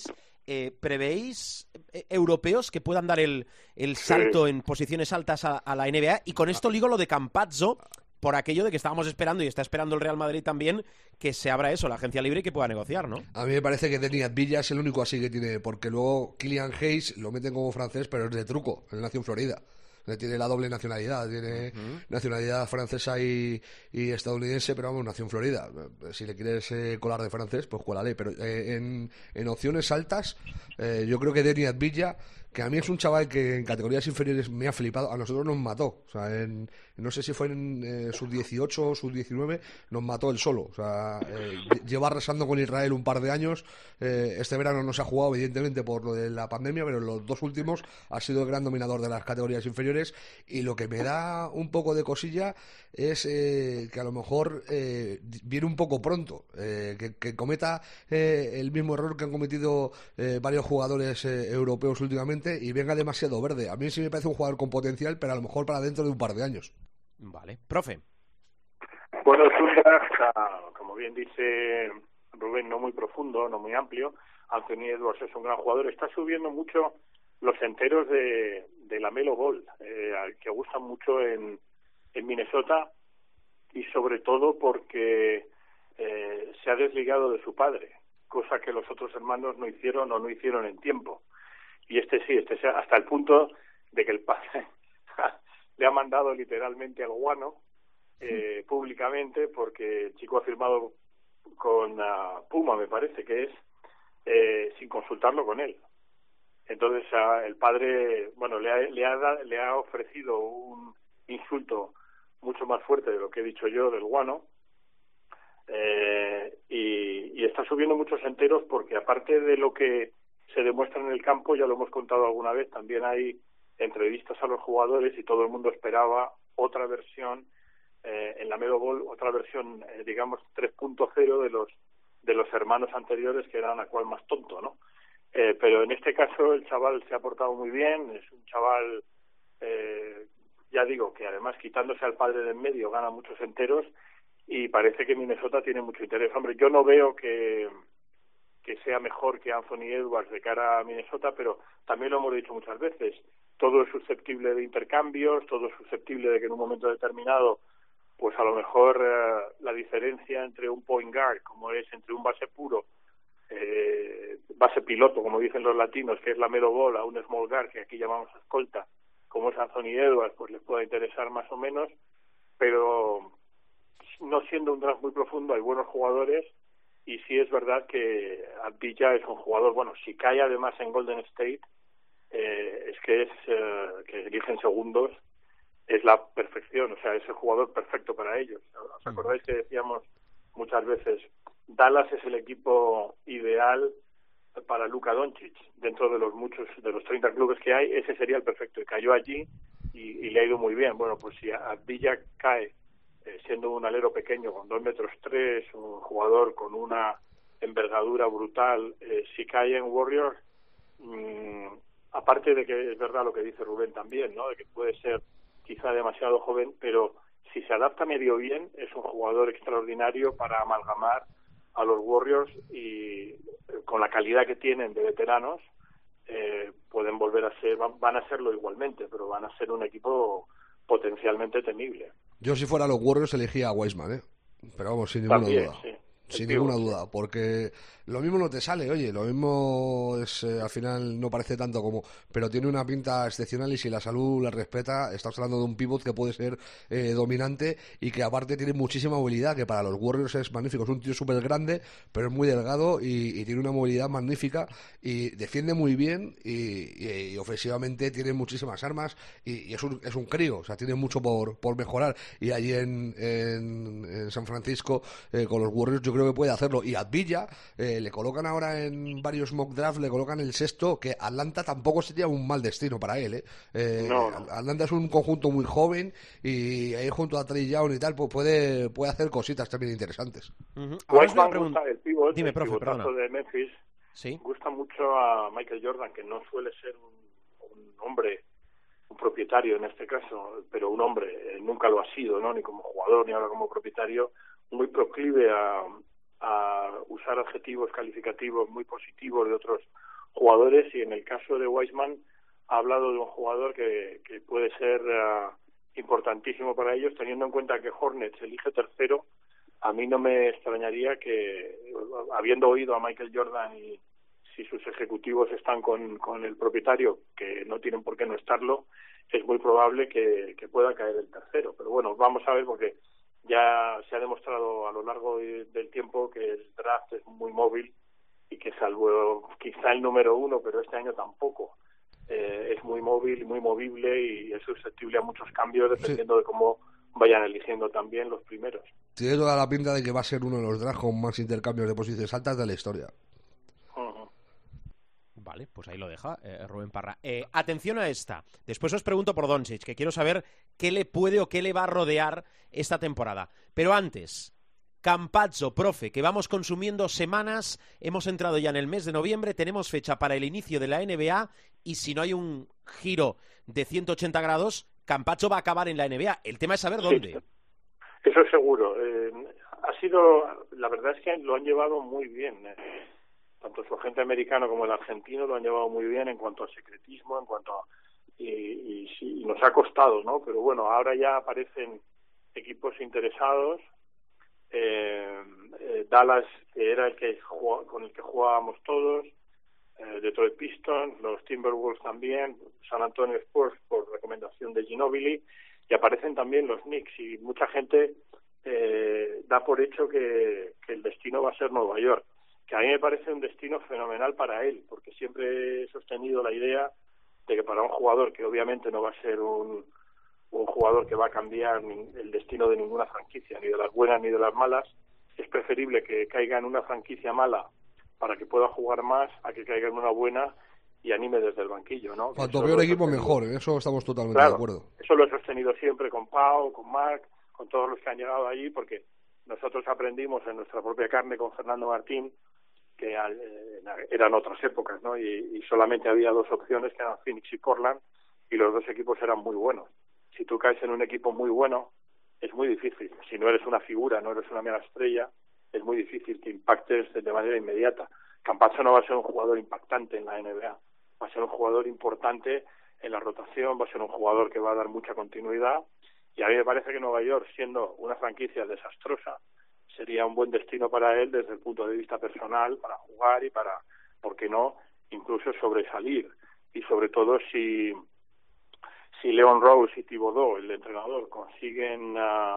Speaker 3: ¿Prevéis europeos que puedan dar el salto en posiciones altas a la NBA? Y con esto ligo lo de Campazzo, por aquello de que estábamos esperando, y está esperando el Real Madrid también, que se abra eso, la agencia libre, y que pueda negociar, ¿no?
Speaker 6: A mí me parece que Deni Advilla es el único así que tiene, porque luego Kylian Hayes lo meten como francés, pero es de truco, él nació en Florida. Tiene la doble nacionalidad, tiene nacionalidad francesa y estadounidense, pero vamos, nació en Florida. Si le quieres colar de francés, pues cuélale. Pero en opciones altas, yo creo que Deni Advilla, que a mí es un chaval que en categorías inferiores me ha flipado, a nosotros nos mató. O sea, no sé si fue en sub-18 o sub-19, nos mató él solo. O sea, lleva arrasando con Israel un par de años. Este verano no se ha jugado, evidentemente, por lo de la pandemia, pero en los dos últimos ha sido el gran dominador de las categorías inferiores. Y lo que me da un poco de cosilla es que a lo mejor viene un poco pronto, que cometa el mismo error que han cometido varios jugadores europeos últimamente, y venga demasiado verde. A mí sí me parece un jugador con potencial, pero a lo mejor para dentro de un par de años.
Speaker 3: Vale. Profe.
Speaker 7: Bueno, es un draft, como bien dice Rubén, no muy profundo, no muy amplio. Anthony Edwards es un gran jugador. Está subiendo mucho los enteros de la Melo Ball, que gustan mucho en Minnesota, y sobre todo porque se ha desligado de su padre, cosa que los otros hermanos no hicieron en tiempo. Y este hasta el punto de que el padre le ha mandado literalmente al guano públicamente, porque el chico ha firmado con Puma, me parece que es, sin consultarlo con él. Entonces el padre, bueno, le ha ofrecido un insulto mucho más fuerte de lo que he dicho yo del guano, y está subiendo muchos enteros, porque aparte de lo que se demuestra en el campo, ya lo hemos contado alguna vez, también hay entrevistas a los jugadores, y todo el mundo esperaba otra versión en la Melo Ball, otra versión, digamos, 3.0 de los hermanos anteriores, que eran a cual más tonto, ¿no? Pero en este caso el chaval se ha portado muy bien, es un chaval, ya digo, que además quitándose al padre de en medio gana muchos enteros, y parece que Minnesota tiene mucho interés. Hombre, yo no veo que sea mejor que Anthony Edwards de cara a Minnesota, pero también lo hemos dicho muchas veces, todo es susceptible de intercambios, todo es susceptible de que en un momento determinado, pues a lo mejor la diferencia entre un point guard, como es entre un base puro, base piloto, como dicen los latinos, que es la Melo Ball, a un small guard, que aquí llamamos escolta, como es Anthony Edwards, pues les pueda interesar más o menos, pero no siendo un draft muy profundo, hay buenos jugadores. Y sí es verdad que Advilla es un jugador, bueno, si cae además en Golden State, es que eligen segundos, es la perfección, o sea, es el jugador perfecto para ellos. ¿Os acordáis que decíamos muchas veces, Dallas es el equipo ideal para Luka Doncic? Dentro de los 30 clubes que hay, ese sería el perfecto, y cayó allí y le ha ido muy bien. Bueno, pues si Advilla cae siendo un alero pequeño con 2 metros 3, un jugador con una envergadura brutal, si cae en Warriors, aparte de que es verdad lo que dice Rubén también, ¿no?, de que puede ser quizá demasiado joven, pero si se adapta medio bien, es un jugador extraordinario para amalgamar a los Warriors, y con la calidad que tienen de veteranos, pueden volver a ser, van a serlo igualmente, pero van a ser un equipo potencialmente temible.
Speaker 6: Yo si fuera los Warriors elegía a Wiseman, pero vamos, sin ninguna duda.
Speaker 7: Sí.
Speaker 6: Sin ninguna duda, porque lo mismo no te sale, oye, lo mismo es al final no parece tanto como, pero tiene una pinta excepcional y si la salud la respeta, estamos hablando de un pívot que puede ser dominante y que aparte tiene muchísima movilidad, que para los Warriors es magnífico, es un tío súper grande, pero es muy delgado y tiene una movilidad magnífica y defiende muy bien y ofensivamente tiene muchísimas armas y es un crío, o sea, tiene mucho por mejorar y allí en San Francisco con los Warriors yo creo que puede hacerlo. Y Advilla le colocan ahora en varios mock drafts, le colocan el sexto, que Atlanta tampoco sería un mal destino para él.
Speaker 7: No.
Speaker 6: Atlanta es un conjunto muy joven y ahí junto a Trey Young y tal, pues puede hacer cositas también interesantes.
Speaker 7: Wiseman gusta el pívot,
Speaker 3: Dime, profe,
Speaker 7: el pivotazo
Speaker 3: perdona.
Speaker 7: de Memphis.
Speaker 3: ¿Sí?
Speaker 7: Gusta mucho a Michael Jordan, que no suele ser un hombre, un propietario en este caso, pero un hombre, nunca lo ha sido, ¿no? Ni como jugador ni ahora como propietario, muy proclive a usar adjetivos calificativos muy positivos de otros jugadores, y en el caso de Wiseman ha hablado de un jugador que puede ser importantísimo para ellos, teniendo en cuenta que Hornets elige tercero. A mí no me extrañaría que, habiendo oído a Michael Jordan, y si sus ejecutivos están con el propietario, que no tienen por qué no estarlo, es muy probable que pueda caer el tercero. Pero bueno, vamos a ver, porque ya se ha demostrado a lo largo del tiempo que el draft es muy móvil y que, salvo quizá el número uno, pero este año tampoco, es muy móvil, muy movible y es susceptible a muchos cambios dependiendo de cómo vayan eligiendo también los primeros.
Speaker 6: Tiene toda la pinta de que va a ser uno de los drafts con más intercambios de posiciones altas de la historia.
Speaker 3: Vale, pues ahí lo deja Rubén Parra. Atención a esta. Después os pregunto por Doncic, que quiero saber qué le puede o qué le va a rodear esta temporada. Pero antes, Campazzo, profe, que vamos consumiendo semanas. Hemos entrado ya en el mes de noviembre, tenemos fecha para el inicio de la NBA y si no hay un giro de 180 grados, Campazzo va a acabar en la NBA. El tema es saber dónde.
Speaker 7: Sí, eso es seguro. La verdad es que lo han llevado muy bien. Tanto su agente americano como el argentino lo han llevado muy bien en cuanto a secretismo, y nos ha costado, ¿no? Pero bueno, ahora ya aparecen equipos interesados. Dallas, que era con el que jugábamos todos, Detroit Pistons, los Timberwolves también, San Antonio Spurs por recomendación de Ginobili, y aparecen también los Knicks, y mucha gente da por hecho que el destino va a ser Nueva York, que a mí me parece un destino fenomenal para él, porque siempre he sostenido la idea de que para un jugador que obviamente no va a ser un jugador que va a cambiar el destino de ninguna franquicia, ni de las buenas ni de las malas, es preferible que caiga en una franquicia mala para que pueda jugar más, a que caiga en una buena y anime desde el banquillo, ¿no?
Speaker 6: Cuanto peor equipo, mejor, en eso estamos totalmente
Speaker 7: de
Speaker 6: acuerdo.
Speaker 7: Eso lo he sostenido siempre con Pau, con Marc, con todos los que han llegado allí, porque nosotros aprendimos en nuestra propia carne con Fernando Martín, que eran otras épocas, ¿no? Y solamente había dos opciones, que eran Phoenix y Portland, y los dos equipos eran muy buenos. Si tú caes en un equipo muy bueno, es muy difícil. Si no eres una figura, no eres una mera estrella, es muy difícil que impactes de manera inmediata. Campazzo no va a ser un jugador impactante en la NBA, va a ser un jugador importante en la rotación, va a ser un jugador que va a dar mucha continuidad, y a mí me parece que Nueva York, siendo una franquicia desastrosa, sería un buen destino para él desde el punto de vista personal, para jugar y para, ¿por qué no?, incluso sobresalir. Y sobre todo si Leon Rose y Thibodeau, el entrenador, consiguen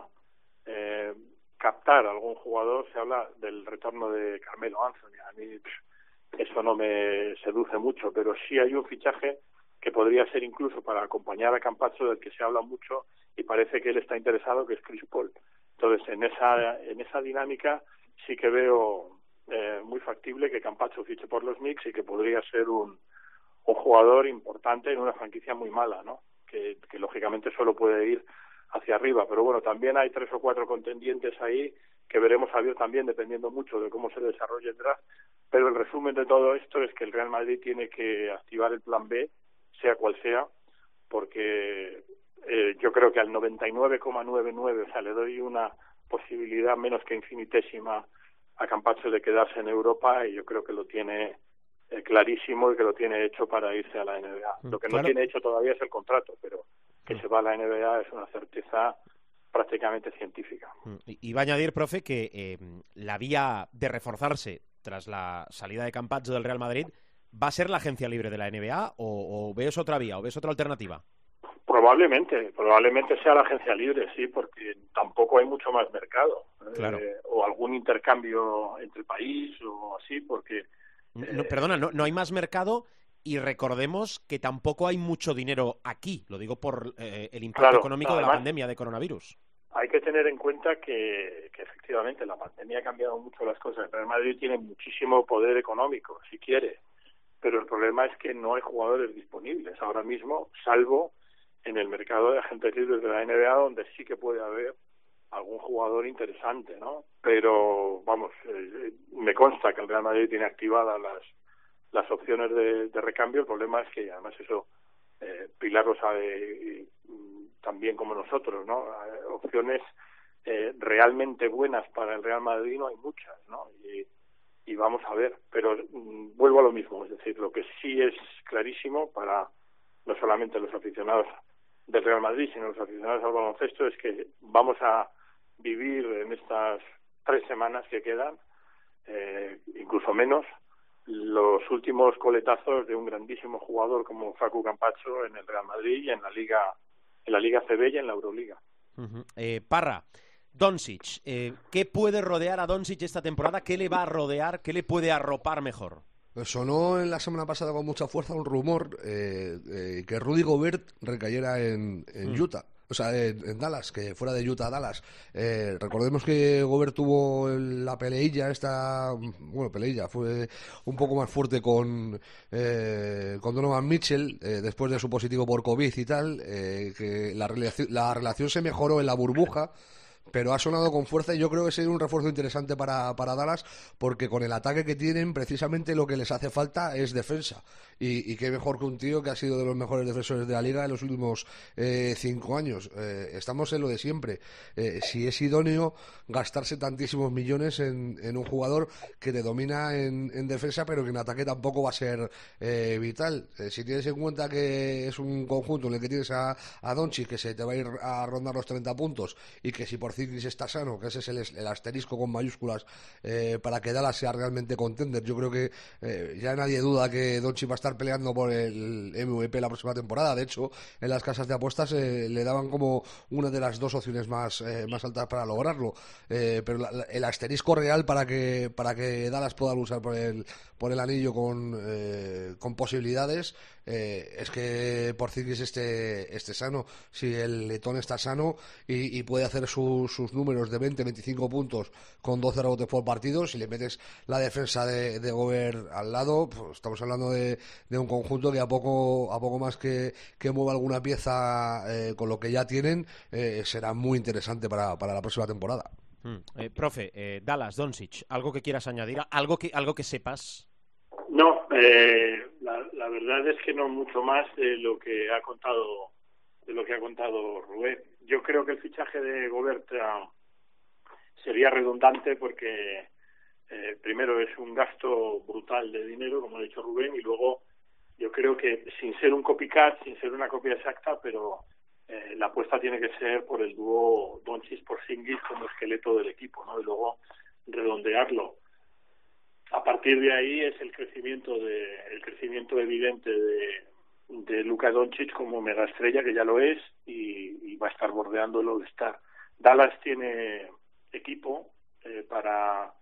Speaker 7: captar a algún jugador, se habla del retorno de Carmelo Anthony. A mí eso no me seduce mucho, pero sí hay un fichaje que podría ser incluso para acompañar a Campazzo, del que se habla mucho y parece que él está interesado, que es Chris Paul. Entonces, en esa dinámica sí que veo muy factible que Campazzo fiche por los Knicks y que podría ser un jugador importante en una franquicia muy mala, ¿no? Que lógicamente solo puede ir hacia arriba. Pero bueno, también hay 3 o 4 contendientes ahí que veremos a ver también, dependiendo mucho de cómo se desarrolle el draft. Pero el resumen de todo esto es que el Real Madrid tiene que activar el plan B, sea cual sea, porque yo creo que al 99,99, o sea, le doy una posibilidad menos que infinitésima a Campazzo de quedarse en Europa, y yo creo que lo tiene clarísimo y que lo tiene hecho para irse a la NBA. Lo que no tiene hecho todavía es el contrato, pero que se va a la NBA es una certeza prácticamente científica.
Speaker 3: Y va a añadir, profe, que la vía de reforzarse tras la salida de Campazzo del Real Madrid va a ser la agencia libre de la NBA, o ves otra vía, o ves otra alternativa.
Speaker 7: Probablemente sea la agencia libre, sí, porque tampoco hay mucho más mercado.
Speaker 3: Claro.
Speaker 7: O algún intercambio entre país o así, porque...
Speaker 3: no hay más mercado, y recordemos que tampoco hay mucho dinero aquí, lo digo por el impacto económico de la pandemia de coronavirus.
Speaker 7: Hay que tener en cuenta que efectivamente la pandemia ha cambiado mucho las cosas. El Real Madrid tiene muchísimo poder económico, si quiere, pero el problema es que no hay jugadores disponibles ahora mismo, salvo en el mercado de agentes libres de la NBA, donde sí que puede haber algún jugador interesante, ¿no? Pero, vamos, me consta que el Real Madrid tiene activadas las opciones de recambio. El problema es que, además, eso Pilar lo sabe también como nosotros, ¿no? Opciones realmente buenas para el Real Madrid no hay muchas, ¿no? Y vamos a ver, pero vuelvo a lo mismo, es decir, lo que sí es clarísimo para no solamente los aficionados del Real Madrid, sino los aficionados al baloncesto, es que vamos a vivir en estas 3 semanas que quedan, incluso menos, los últimos coletazos de un grandísimo jugador como Facu Campazzo en el Real Madrid y en la Liga CB y en la Euroliga.
Speaker 3: Parra, Doncic, ¿qué puede rodear a Doncic esta temporada? ¿Qué le va a rodear? ¿Qué le puede arropar mejor?
Speaker 6: Sonó en la semana pasada con mucha fuerza un rumor que Rudy Gobert recayera en Utah. O sea, en Dallas, que fuera de Utah a Dallas. Recordemos que Gobert tuvo la peleilla fue un poco más fuerte con Donovan Mitchell, después de su positivo por COVID y tal, que la relación se mejoró en la burbuja, pero ha sonado con fuerza y yo creo que sería un refuerzo interesante para Dallas, porque con el ataque que tienen, precisamente lo que les hace falta es defensa. Y qué mejor que un tío que ha sido de los mejores defensores de la Liga en los últimos 5 años. Estamos en lo de siempre. Si es idóneo gastarse tantísimos millones en un jugador que te domina en defensa, pero que en ataque tampoco va a ser vital. Si tienes en cuenta que es un conjunto en el que tienes a Doncic, que se te va a ir a rondar los 30 puntos, y que si Porzingis está sano, que ese es el asterisco con mayúsculas, para que Dallas sea realmente contender. Yo creo que ya nadie duda que Doncic va a estar peleando por el MVP la próxima temporada. De hecho, en las casas de apuestas le daban como una de las 2 opciones más altas para lograrlo. Pero el asterisco real para que Dallas pueda luchar por el anillo con posibilidades es que Porzingis esté sano. Si el letón está sano y puede hacer sus números de 20-25 puntos con 12 rebotes por partido, si le metes la defensa de Gobert al lado, pues estamos hablando de un conjunto que a poco más que mueva alguna pieza con lo que ya tienen, será muy interesante para la próxima temporada.
Speaker 3: Profe, Dallas, Doncic, ¿algo que quieras añadir? ¿Algo que sepas?
Speaker 7: No, la verdad es que no mucho más de lo que ha contado Rubén. Yo creo que el fichaje de Gobert sería redundante porque primero es un gasto brutal de dinero, como ha dicho Rubén, y luego yo creo que sin ser un copycat, sin ser una copia exacta, pero la apuesta tiene que ser por el dúo Doncic-Porzingis como esqueleto del equipo, ¿no? Y luego redondearlo. A partir de ahí es el crecimiento evidente de Luka Doncic como megaestrella, que ya lo es, y va a estar bordeando el All-Star. Dallas tiene equipo para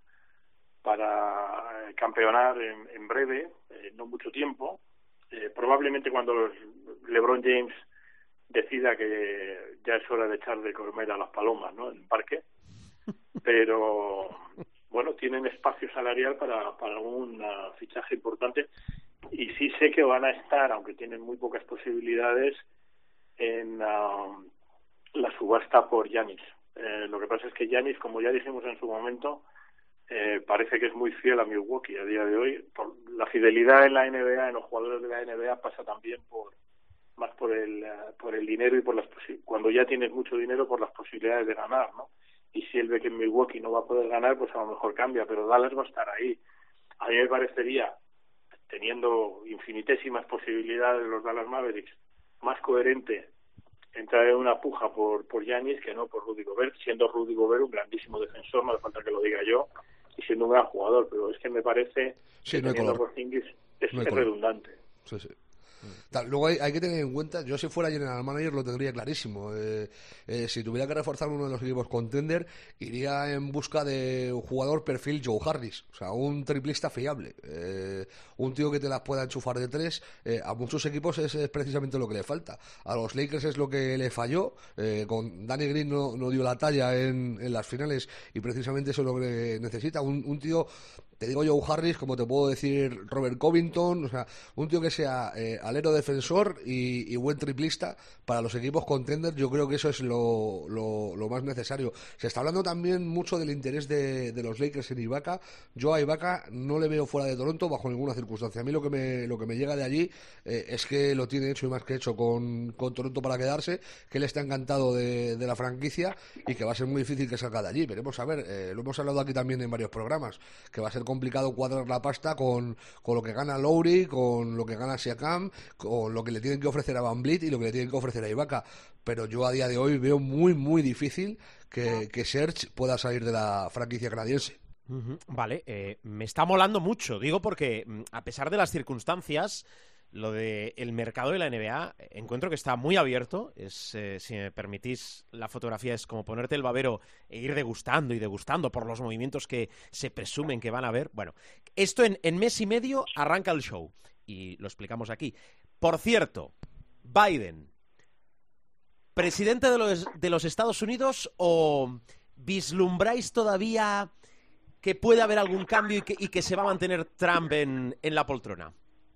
Speaker 7: campeonar en breve, no mucho tiempo. Probablemente cuando LeBron James decida que ya es hora de echar de comer a las palomas, ¿no?, en el parque. Pero bueno, tienen espacio salarial para un fichaje importante, y sí sé que van a estar, aunque tienen muy pocas posibilidades, en la subasta por Giannis. Lo que pasa es que Giannis, como ya dijimos en su momento, parece que es muy fiel a Milwaukee a día de hoy. La fidelidad en la NBA, en los jugadores de la NBA, pasa también más por el dinero y cuando ya tienes mucho dinero, por las posibilidades de ganar, ¿no? Y si él ve que en Milwaukee no va a poder ganar, pues a lo mejor cambia, pero Dallas va a estar ahí. A mí me parecería teniendo infinitésimas posibilidades los Dallas Mavericks, más coherente entrar en una puja por Giannis que no por Rudy Gobert, siendo Rudy Gobert un grandísimo defensor, no hace falta que lo diga yo, y siendo un gran jugador, pero es que me parece que teniendo Porzingis es redundante.
Speaker 6: Sí, sí. Luego hay que tener en cuenta, yo si fuera general manager lo tendría clarísimo. Si tuviera que reforzar uno de los equipos contender, iría en busca de un jugador perfil Joe Harris, o sea, un triplista fiable, un tío que te las pueda enchufar de tres. A muchos equipos es precisamente lo que le falta. A los Lakers es lo que le falló, con Danny Green no dio la talla en las finales, y precisamente eso es lo que necesita, un tío. Te digo Joe Harris, como te puedo decir Robert Covington, o sea, un tío que sea alero defensor y buen triplista para los equipos contenders. Yo creo que eso es lo más necesario. Se está hablando también mucho del interés de los Lakers en Ibaka. Yo a Ibaka no le veo fuera de Toronto bajo ninguna circunstancia. A mí lo que me llega de allí es que lo tiene hecho y más que hecho con Toronto para quedarse, que él está encantado de la franquicia y que va a ser muy difícil que salga de allí. Veremos a ver, lo hemos hablado aquí también en varios programas, que va a ser complicado cuadrar la pasta con lo que gana Lowry, con lo que gana Siakam, con lo que le tienen que ofrecer a Van Vliet y lo que le tienen que ofrecer a Ibaka. Pero yo a día de hoy veo muy, muy difícil que Serge pueda salir de la franquicia canadiense.
Speaker 3: Vale, me está molando mucho, digo porque a pesar de las circunstancias, lo del mercado de la NBA encuentro que está muy abierto. Si me permitís, la fotografía es como ponerte el babero e ir degustando y degustando por los movimientos que se presumen que van a haber. Bueno, esto en mes y medio arranca el show y lo explicamos aquí. Por cierto, Biden, ¿presidente de los Estados Unidos, o vislumbráis todavía que puede haber algún cambio y que se va a mantener Trump en la poltrona?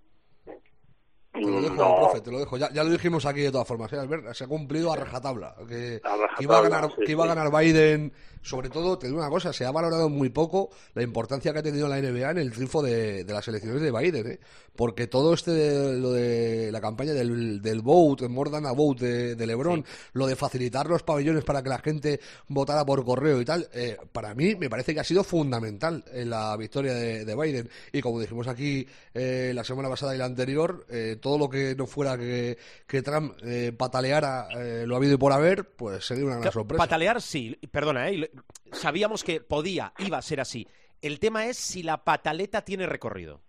Speaker 6: Te lo dejo, profe, te lo dejo. Ya lo dijimos aquí de todas formas, Albert, se ha cumplido a rajatabla. Que iba a ganar Biden. Sobre todo, te digo una cosa, se ha valorado muy poco la importancia que ha tenido la NBA en el triunfo de las elecciones de Biden, porque todo lo de la campaña del vote, more than a vote de LeBron, lo de facilitar los pabellones para que la gente votara por correo y tal, para mí me parece que ha sido fundamental en la victoria de Biden. Y como dijimos aquí la semana pasada y la anterior, todo lo que no fuera que Trump pataleara lo habido y por haber, pues sería una gran sorpresa.
Speaker 3: Patalear sí, perdona, sabíamos que iba a ser así. El tema es si la pataleta tiene recorrido.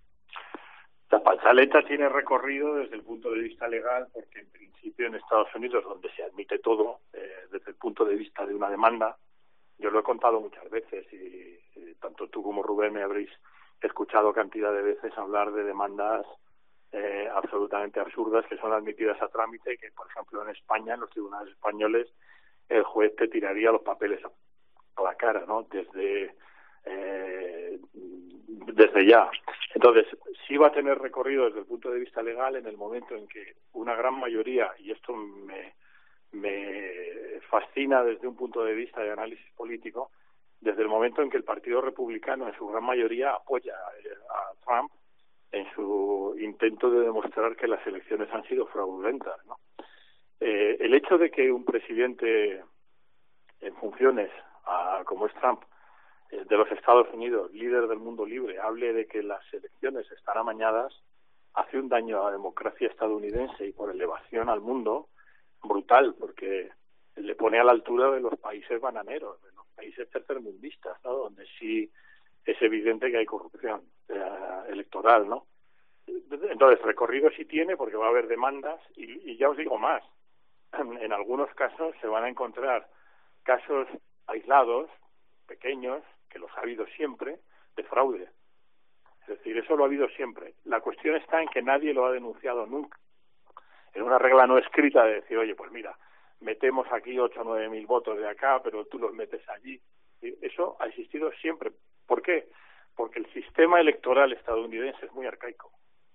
Speaker 7: La pataleta tiene recorrido desde el punto de vista legal, porque en principio en Estados Unidos, donde se admite todo, desde el punto de vista de una demanda, yo lo he contado muchas veces y tanto tú como Rubén me habréis escuchado cantidad de veces hablar de demandas absolutamente absurdas que son admitidas a trámite, que por ejemplo en España, en los tribunales españoles, el juez te tiraría los papeles a la cara, ¿no? Desde ya. Entonces, sí va a tener recorrido desde el punto de vista legal en el momento en que una gran mayoría, y esto me fascina desde un punto de vista de análisis político, desde el momento en que el Partido Republicano en su gran mayoría apoya a Trump en su intento de demostrar que las elecciones han sido fraudulentas, ¿no? El hecho de que un presidente en funciones, como es Trump, de los Estados Unidos, líder del mundo libre, hable de que las elecciones están amañadas, hace un daño a la democracia estadounidense y por elevación al mundo brutal, porque le pone a la altura de los países bananeros, de los países tercermundistas, ¿no? Donde sí es evidente que hay corrupción electoral, ¿no? Entonces, recorrido sí tiene, porque va a haber demandas, y ya os digo más, en algunos casos se van a encontrar casos aislados, pequeños, que los ha habido siempre, de fraude. Es decir, eso lo ha habido siempre. La cuestión está en que nadie lo ha denunciado nunca. En una regla no escrita de decir, oye, pues mira, metemos aquí 8 o 9 mil votos de acá, pero tú los metes allí. Eso ha existido siempre. ¿Por qué? Porque el sistema electoral estadounidense es muy arcaico.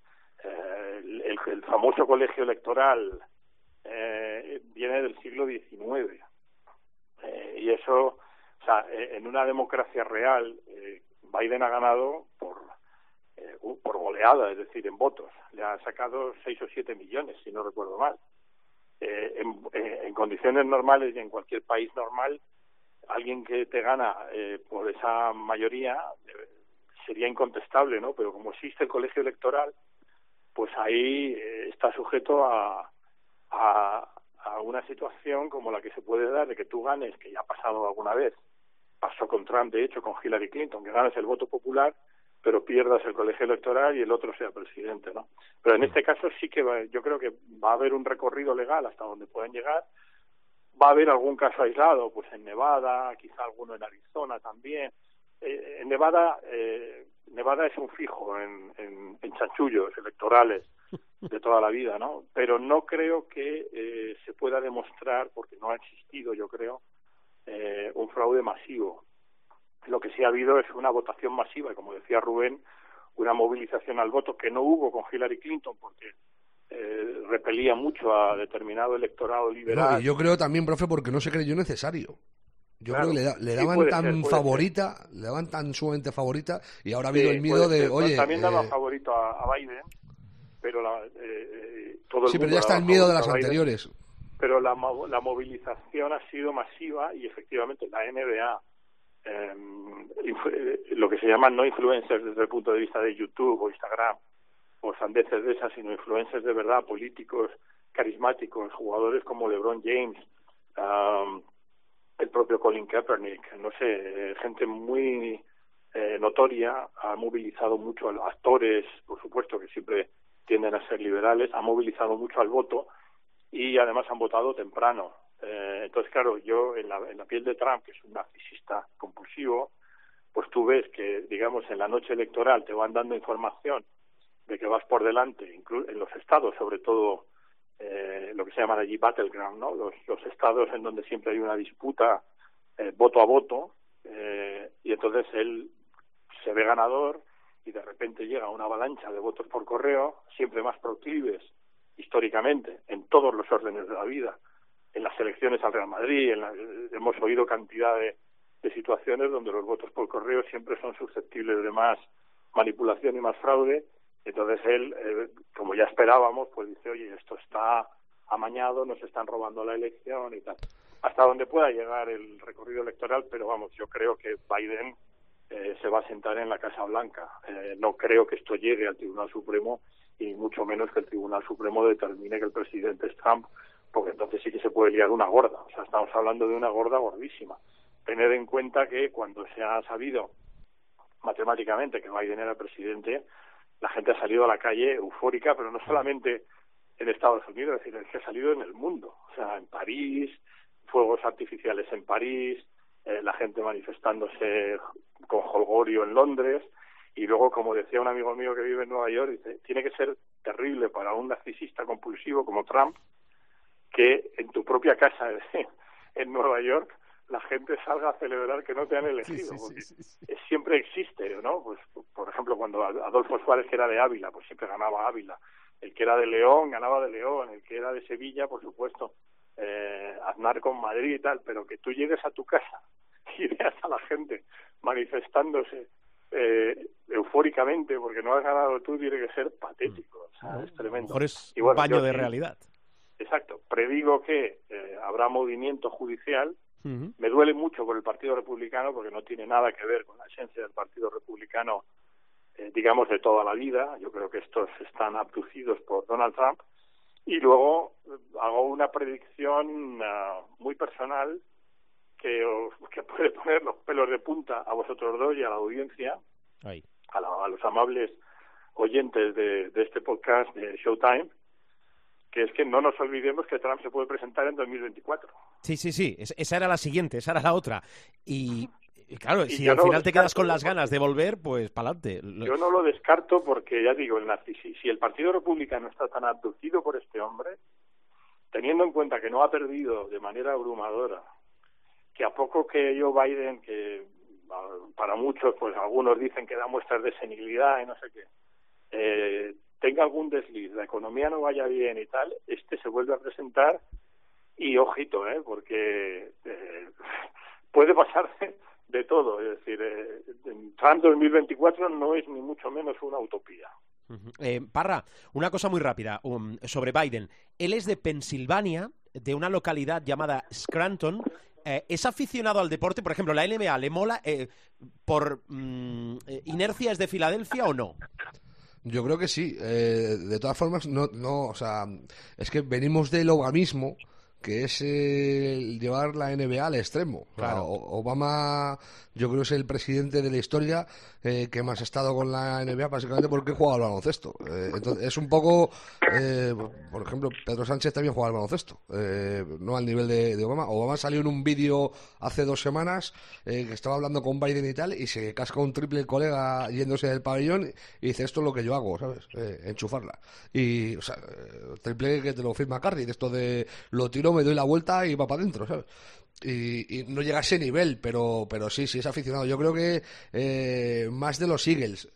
Speaker 7: El famoso colegio electoral viene del siglo XIX. Y eso, o sea, en una democracia real, Biden ha ganado por goleada, es decir, en votos. Le ha sacado 6 o 7 millones, si no recuerdo mal. En condiciones normales y en cualquier país normal, alguien que te gana por esa mayoría sería incontestable, ¿no? Pero como existe el colegio electoral, pues ahí está sujeto a una situación como la que se puede dar de que tú ganes, que ya ha pasado alguna vez, pasó con Trump, de hecho, con Hillary Clinton, que ganas el voto popular, pero pierdas el colegio electoral y el otro sea presidente, ¿no? Pero en este caso sí que yo creo que va a haber un recorrido legal hasta donde puedan llegar. Va a haber algún caso aislado, pues en Nevada, quizá alguno en Arizona también. En Nevada es un fijo en chanchullos electorales de toda la vida, ¿no? Pero no creo que se pueda demostrar, porque no ha existido, yo creo, un fraude masivo. Lo que sí ha habido es una votación masiva, y como decía Rubén, una movilización al voto que no hubo con Hillary Clinton, porque repelía mucho a determinado electorado liberal.
Speaker 6: No, y yo creo también, profe, porque no se creyó necesario. Yo creo que le daban tan favorita, le daban tan sumamente favorita, y ahora ha habido el miedo de, oye...
Speaker 7: También daban favorito a Biden, pero todo el
Speaker 6: sí,
Speaker 7: mundo
Speaker 6: pero ya está el miedo de las
Speaker 7: Biden,
Speaker 6: anteriores.
Speaker 7: Pero la movilización ha sido masiva y efectivamente la NBA, lo que se llaman no influencers desde el punto de vista de YouTube o Instagram o sandeces de esas, sino influencers de verdad, políticos carismáticos, jugadores como LeBron James, el propio Colin Kaepernick, no sé, gente muy notoria, ha movilizado mucho a los actores, por supuesto, que siempre tienden a ser liberales, ha movilizado mucho al voto y además han votado temprano. Entonces, claro, yo en la piel de Trump, que es un narcisista compulsivo, pues tú ves que, digamos, en la noche electoral te van dando información de que vas por delante, en los estados, sobre todo lo que se llaman allí battleground, ¿no? Los estados en donde siempre hay una disputa voto a voto, y entonces él se ve ganador y de repente llega una avalancha de votos por correo, siempre más proclives históricamente en todos los órdenes de la vida. En las elecciones al Real Madrid, hemos oído cantidad de situaciones donde los votos por correo siempre son susceptibles de más manipulación y más fraude. Entonces él, como ya esperábamos, pues dice, oye, esto está amañado, nos están robando la elección y tal. Hasta donde pueda llegar el recorrido electoral, pero vamos, yo creo que Biden se va a sentar en la Casa Blanca. No creo que esto llegue al Tribunal Supremo y mucho menos que el Tribunal Supremo determine que el presidente es Trump, porque entonces sí que se puede liar una gorda. O sea, estamos hablando de una gorda gordísima. Tener en cuenta que cuando se ha sabido matemáticamente que Biden era presidente, la gente ha salido a la calle eufórica, pero no solamente en Estados Unidos, es decir, es que ha salido en el mundo. O sea, en París, fuegos artificiales en París, la gente manifestándose con jolgorio en Londres, y luego, como decía un amigo mío que vive en Nueva York, dice, tiene que ser terrible para un narcisista compulsivo como Trump que en tu propia casa en Nueva York la gente salga a celebrar que no te han elegido. Sí. Siempre existe, ¿no? Pues, por ejemplo, cuando Adolfo Suárez, que era de Ávila, pues siempre ganaba Ávila. El que era de León, ganaba de León. El que era de Sevilla, por supuesto, Aznar con Madrid y tal. Pero que tú llegues a tu casa y veas a la gente manifestándose eufóricamente porque no has ganado tú, tiene que ser patético. O sea, es tremendo.
Speaker 3: Mejor es un baño de realidad.
Speaker 7: Exacto. Predigo que habrá movimiento judicial. Me duele mucho por el Partido Republicano porque no tiene nada que ver con la esencia del Partido Republicano, digamos, de toda la vida. Yo creo que estos están abducidos por Donald Trump. Y luego hago una predicción muy personal que puede poner los pelos de punta a vosotros dos y a la audiencia, a los amables oyentes de este podcast de Showtime, que es que no nos olvidemos que Trump se puede presentar en 2024.
Speaker 3: Sí, esa era la siguiente, esa era la otra. Y claro, si al final te quedas con las ganas de volver, pues pa'lante.
Speaker 7: Yo no lo descarto porque, ya digo, si el Partido Republicano está tan abducido por este hombre, teniendo en cuenta que no ha perdido de manera abrumadora, que a poco que Joe Biden, que para muchos, pues algunos dicen que da muestras de senilidad y no sé qué, tenga algún desliz, la economía no vaya bien y tal, se vuelve a presentar y ojito, porque puede pasar de todo. Es decir, Trump 2024 no es ni mucho menos una utopía.
Speaker 3: Parra, una cosa muy rápida sobre Biden. Él es de Pensilvania, de una localidad llamada Scranton, ¿Es aficionado al deporte? Por ejemplo, ¿la NBA le mola por inercia es de Filadelfia o no?
Speaker 6: Yo creo que sí. De todas formas, no, o sea, es que venimos del obamismo, que es llevar la NBA al extremo.
Speaker 3: Claro.
Speaker 6: O sea, Obama, yo creo que es el presidente de la historia que más ha estado con la NBA, básicamente porque juega al baloncesto. Entonces, es un poco, por ejemplo, Pedro Sánchez también juega al baloncesto, no al nivel de Obama. Obama salió en un vídeo hace 2 semanas que estaba hablando con Biden y tal, y se casca un triple el colega yéndose del pabellón y dice, esto es lo que yo hago, ¿sabes? Enchufarla. Y, o sea, triple que te lo firma Cardi, de esto de lo tiro, me doy la vuelta y va para adentro, ¿sabes? Y no llega a ese nivel, pero sí es aficionado. Yo creo que más de los Eagles,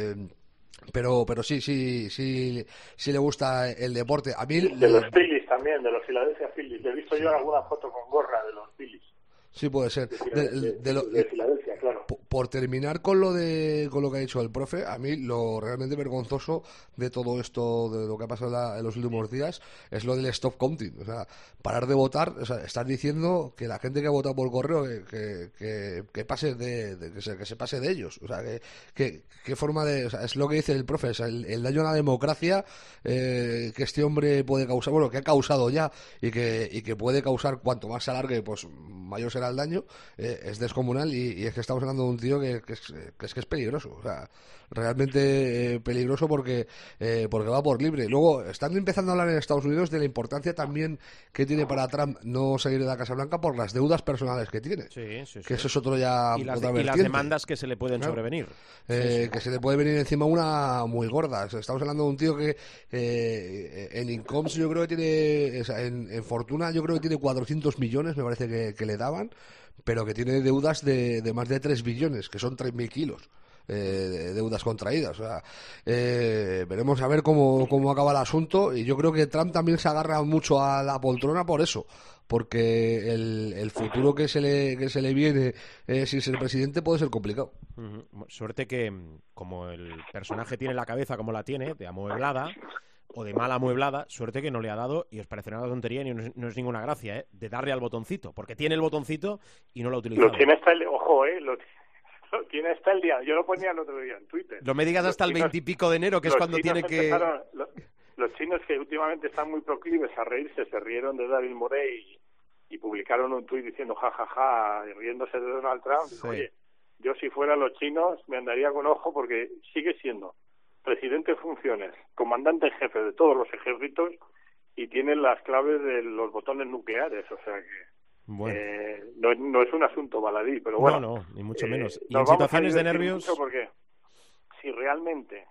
Speaker 6: pero sí le gusta el deporte. A mí
Speaker 7: de los Phillies también, de los Philadelphia Phillies. Le he visto yo en alguna foto con gorra de los Phillies.
Speaker 6: Sí, puede ser.
Speaker 7: De Filadelfia, claro.
Speaker 6: Por terminar con lo que ha dicho el profe, a mí lo realmente vergonzoso de todo esto, de lo que ha pasado en los últimos días, es lo del stop counting. O sea, parar de votar, o sea, estás diciendo que la gente que ha votado por correo que pase que se pase de ellos. O sea, qué forma de, o sea, es lo que dice el profe, o sea, el daño a la democracia que este hombre puede causar, bueno, que ha causado ya y que puede causar, cuanto más se alargue, pues mayor será el daño, es descomunal, y es que estamos hablando de un tío que es peligroso, o sea, realmente peligroso porque va por libre. Luego están empezando a hablar en Estados Unidos de la importancia también que tiene para Trump no salir de la Casa Blanca por las deudas personales que tiene, que eso es otro ya
Speaker 3: y las
Speaker 6: vertiente.
Speaker 3: demandas que se le pueden sobrevenir,
Speaker 6: que se le puede venir encima una muy gorda. O sea, estamos hablando de un tío que en incomes yo creo que tiene, o sea, en fortuna yo creo que tiene 400 millones, me parece que le daban, pero que tiene deudas de más de 3 billones, que son 3.000 kilos. De deudas contraídas. O sea, veremos a ver cómo acaba el asunto, y yo creo que Trump también se agarra mucho a la poltrona por eso, porque el futuro que se le viene sin ser presidente puede ser complicado.
Speaker 3: Suerte que, como el personaje tiene la cabeza como la tiene, de amueblada o de mal amueblada, suerte que no le ha dado, y os parecerá una tontería y no es ninguna gracia, de darle al botoncito, porque tiene el botoncito y no lo ha utilizado.
Speaker 7: Lo tiene hasta lo tiene hasta el día. Yo lo ponía el otro día en Twitter.
Speaker 3: No me digas hasta el 20 y pico de enero, que es cuando tiene que...
Speaker 7: Los chinos, que últimamente están muy proclives a reírse, se rieron de Daryl Morey y publicaron un tuit diciendo jajaja, y riéndose de Donald Trump. Sí. Oye, yo si fuera los chinos me andaría con ojo, porque sigue siendo presidente en funciones, comandante en jefe de todos los ejércitos, y tiene las claves de los botones nucleares, o sea que... Bueno. No es un asunto baladí, pero bueno.
Speaker 3: No, ni mucho menos. Y en situaciones de nervios...
Speaker 7: Porque si realmente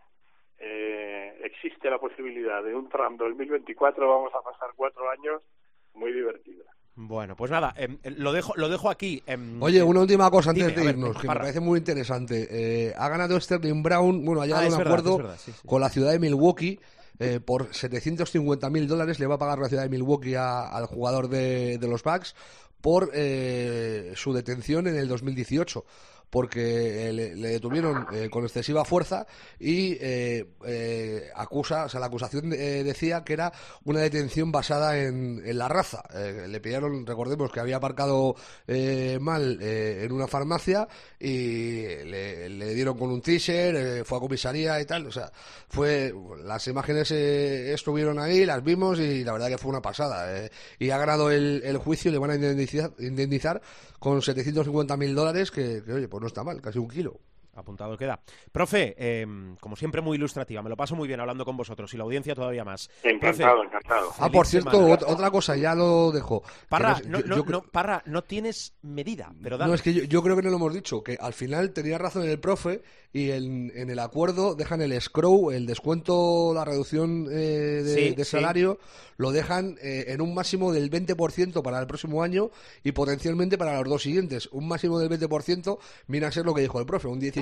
Speaker 7: existe la posibilidad de un Trump 2024, vamos a pasar 4 años muy divertidos.
Speaker 3: Bueno, pues nada, lo dejo aquí.
Speaker 6: Oye, una última cosa antes de irnos, que me parece muy interesante. Ha ganado Sterling Brown, bueno, ha llegado a un acuerdo con la ciudad de Milwaukee. Por $750,000 le va a pagar la ciudad de Milwaukee al jugador de los Bucks por su detención en el 2018, porque le detuvieron con excesiva fuerza y la acusación decía que era una detención basada en la raza. Le pidieron, recordemos que había aparcado mal en una farmacia y le dieron con un teaser, fue a comisaría y tal, o sea, las imágenes estuvieron ahí, las vimos y la verdad que fue una pasada, y ha ganado el juicio y le van a indemnizar con $750,000, que oye, pues no está mal, casi 1 kilo.
Speaker 3: Apuntado queda. Profe, como siempre muy ilustrativa, me lo paso muy bien hablando con vosotros y la audiencia todavía más.
Speaker 7: Encantado.
Speaker 6: Por cierto, otra cosa, ya lo dejo.
Speaker 3: Parra, Parra, no tienes medida, pero dale.
Speaker 6: No, es que yo creo que no lo hemos dicho, que al final tenía razón el profe, y en el acuerdo dejan el escrow, el descuento, la reducción de salario, lo dejan en un máximo del 20% para el próximo año y potencialmente para los 2 siguientes. Un máximo del 20% viene a ser lo que dijo el profe, un 17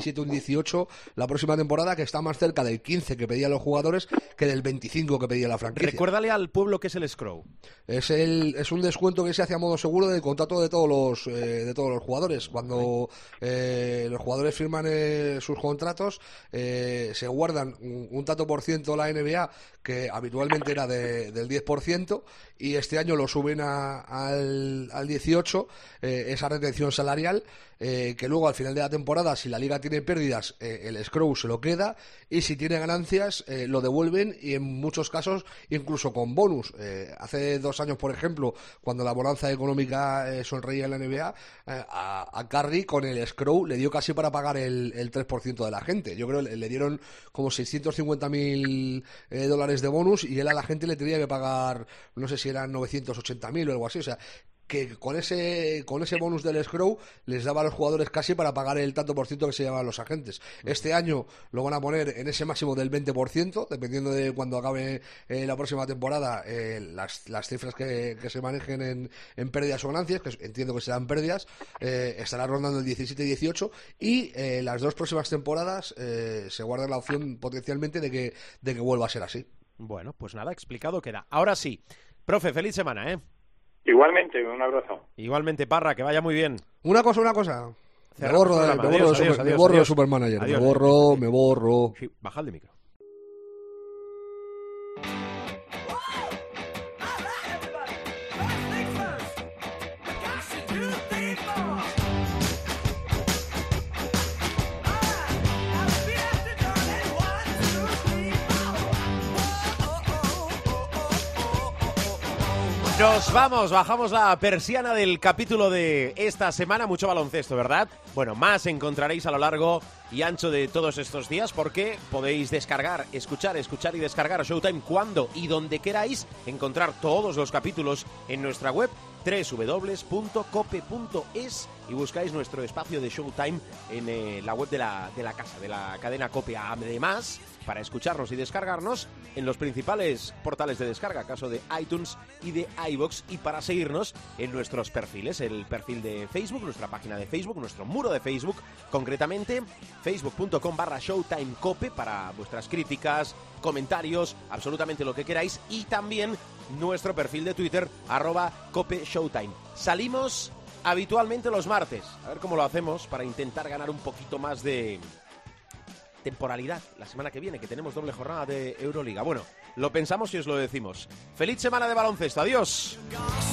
Speaker 6: 17 o un 18 la próxima temporada, que está más cerca del 15 que pedían los jugadores que del 25 que pedía la franquicia.
Speaker 3: Recuérdale al pueblo qué es el escrow.
Speaker 6: Es un descuento que se hace a modo seguro del contrato de todos los jugadores. Cuando los jugadores firman sus contratos, se guardan un tanto por ciento la NBA, que habitualmente era del 10%, y este año lo suben al 18%, esa retención salarial, que luego al final de la temporada, si la liga tiene pérdidas, el escrow se lo queda, y si tiene ganancias, lo devuelven, y en muchos casos incluso con bonus. Hace 2 años, por ejemplo, cuando la bonanza económica sonreía en la NBA, a Curry con el escrow le dio casi para pagar el 3% de la gente. Yo creo que le dieron como $650,000 de bonus, y él a la gente le tenía que pagar, no sé si eran 980,000 o algo así. O sea, que con ese bonus del escrow les daba a los jugadores casi para pagar el tanto por ciento que se llevaban los agentes. Este año lo van a poner en ese máximo del 20%, dependiendo de cuando acabe la próxima temporada, las cifras que se manejen en pérdidas o ganancias, que entiendo que serán pérdidas, estará rondando el 17-18, y las 2 próximas temporadas se guarda la opción potencialmente de que vuelva a ser así.
Speaker 3: Bueno, pues nada, explicado queda. Ahora sí, profe, feliz semana, ¿eh?
Speaker 7: Igualmente, un abrazo.
Speaker 3: Igualmente, Parra, que vaya muy bien.
Speaker 6: Una cosa. Me borro de Supermanager.
Speaker 3: Adiós.
Speaker 6: Me borro.
Speaker 3: Sí, baja el de micro. Nos vamos, bajamos la persiana del capítulo de esta semana. Mucho baloncesto, ¿verdad? Bueno, más encontraréis a lo largo y ancho de todos estos días, porque podéis descargar, escuchar y descargar Showtime cuando y donde queráis. Encontrar todos los capítulos en nuestra web www.cope.es y buscáis nuestro espacio de Showtime en la web de la casa, de la cadena COPE. Además, para escucharnos y descargarnos en los principales portales de descarga, caso de iTunes y de iVoox, y para seguirnos en nuestros perfiles, el perfil de Facebook, nuestra página de Facebook, nuestro muro de Facebook, concretamente facebook.com/ShowtimeCope para vuestras críticas, comentarios, absolutamente lo que queráis, y también nuestro perfil de Twitter, @CopeShowtime. Salimos habitualmente los martes, a ver cómo lo hacemos para intentar ganar un poquito más de temporalidad la semana que viene, que tenemos doble jornada de Euroliga. Bueno, lo pensamos y os lo decimos. ¡Feliz semana de baloncesto! ¡Adiós!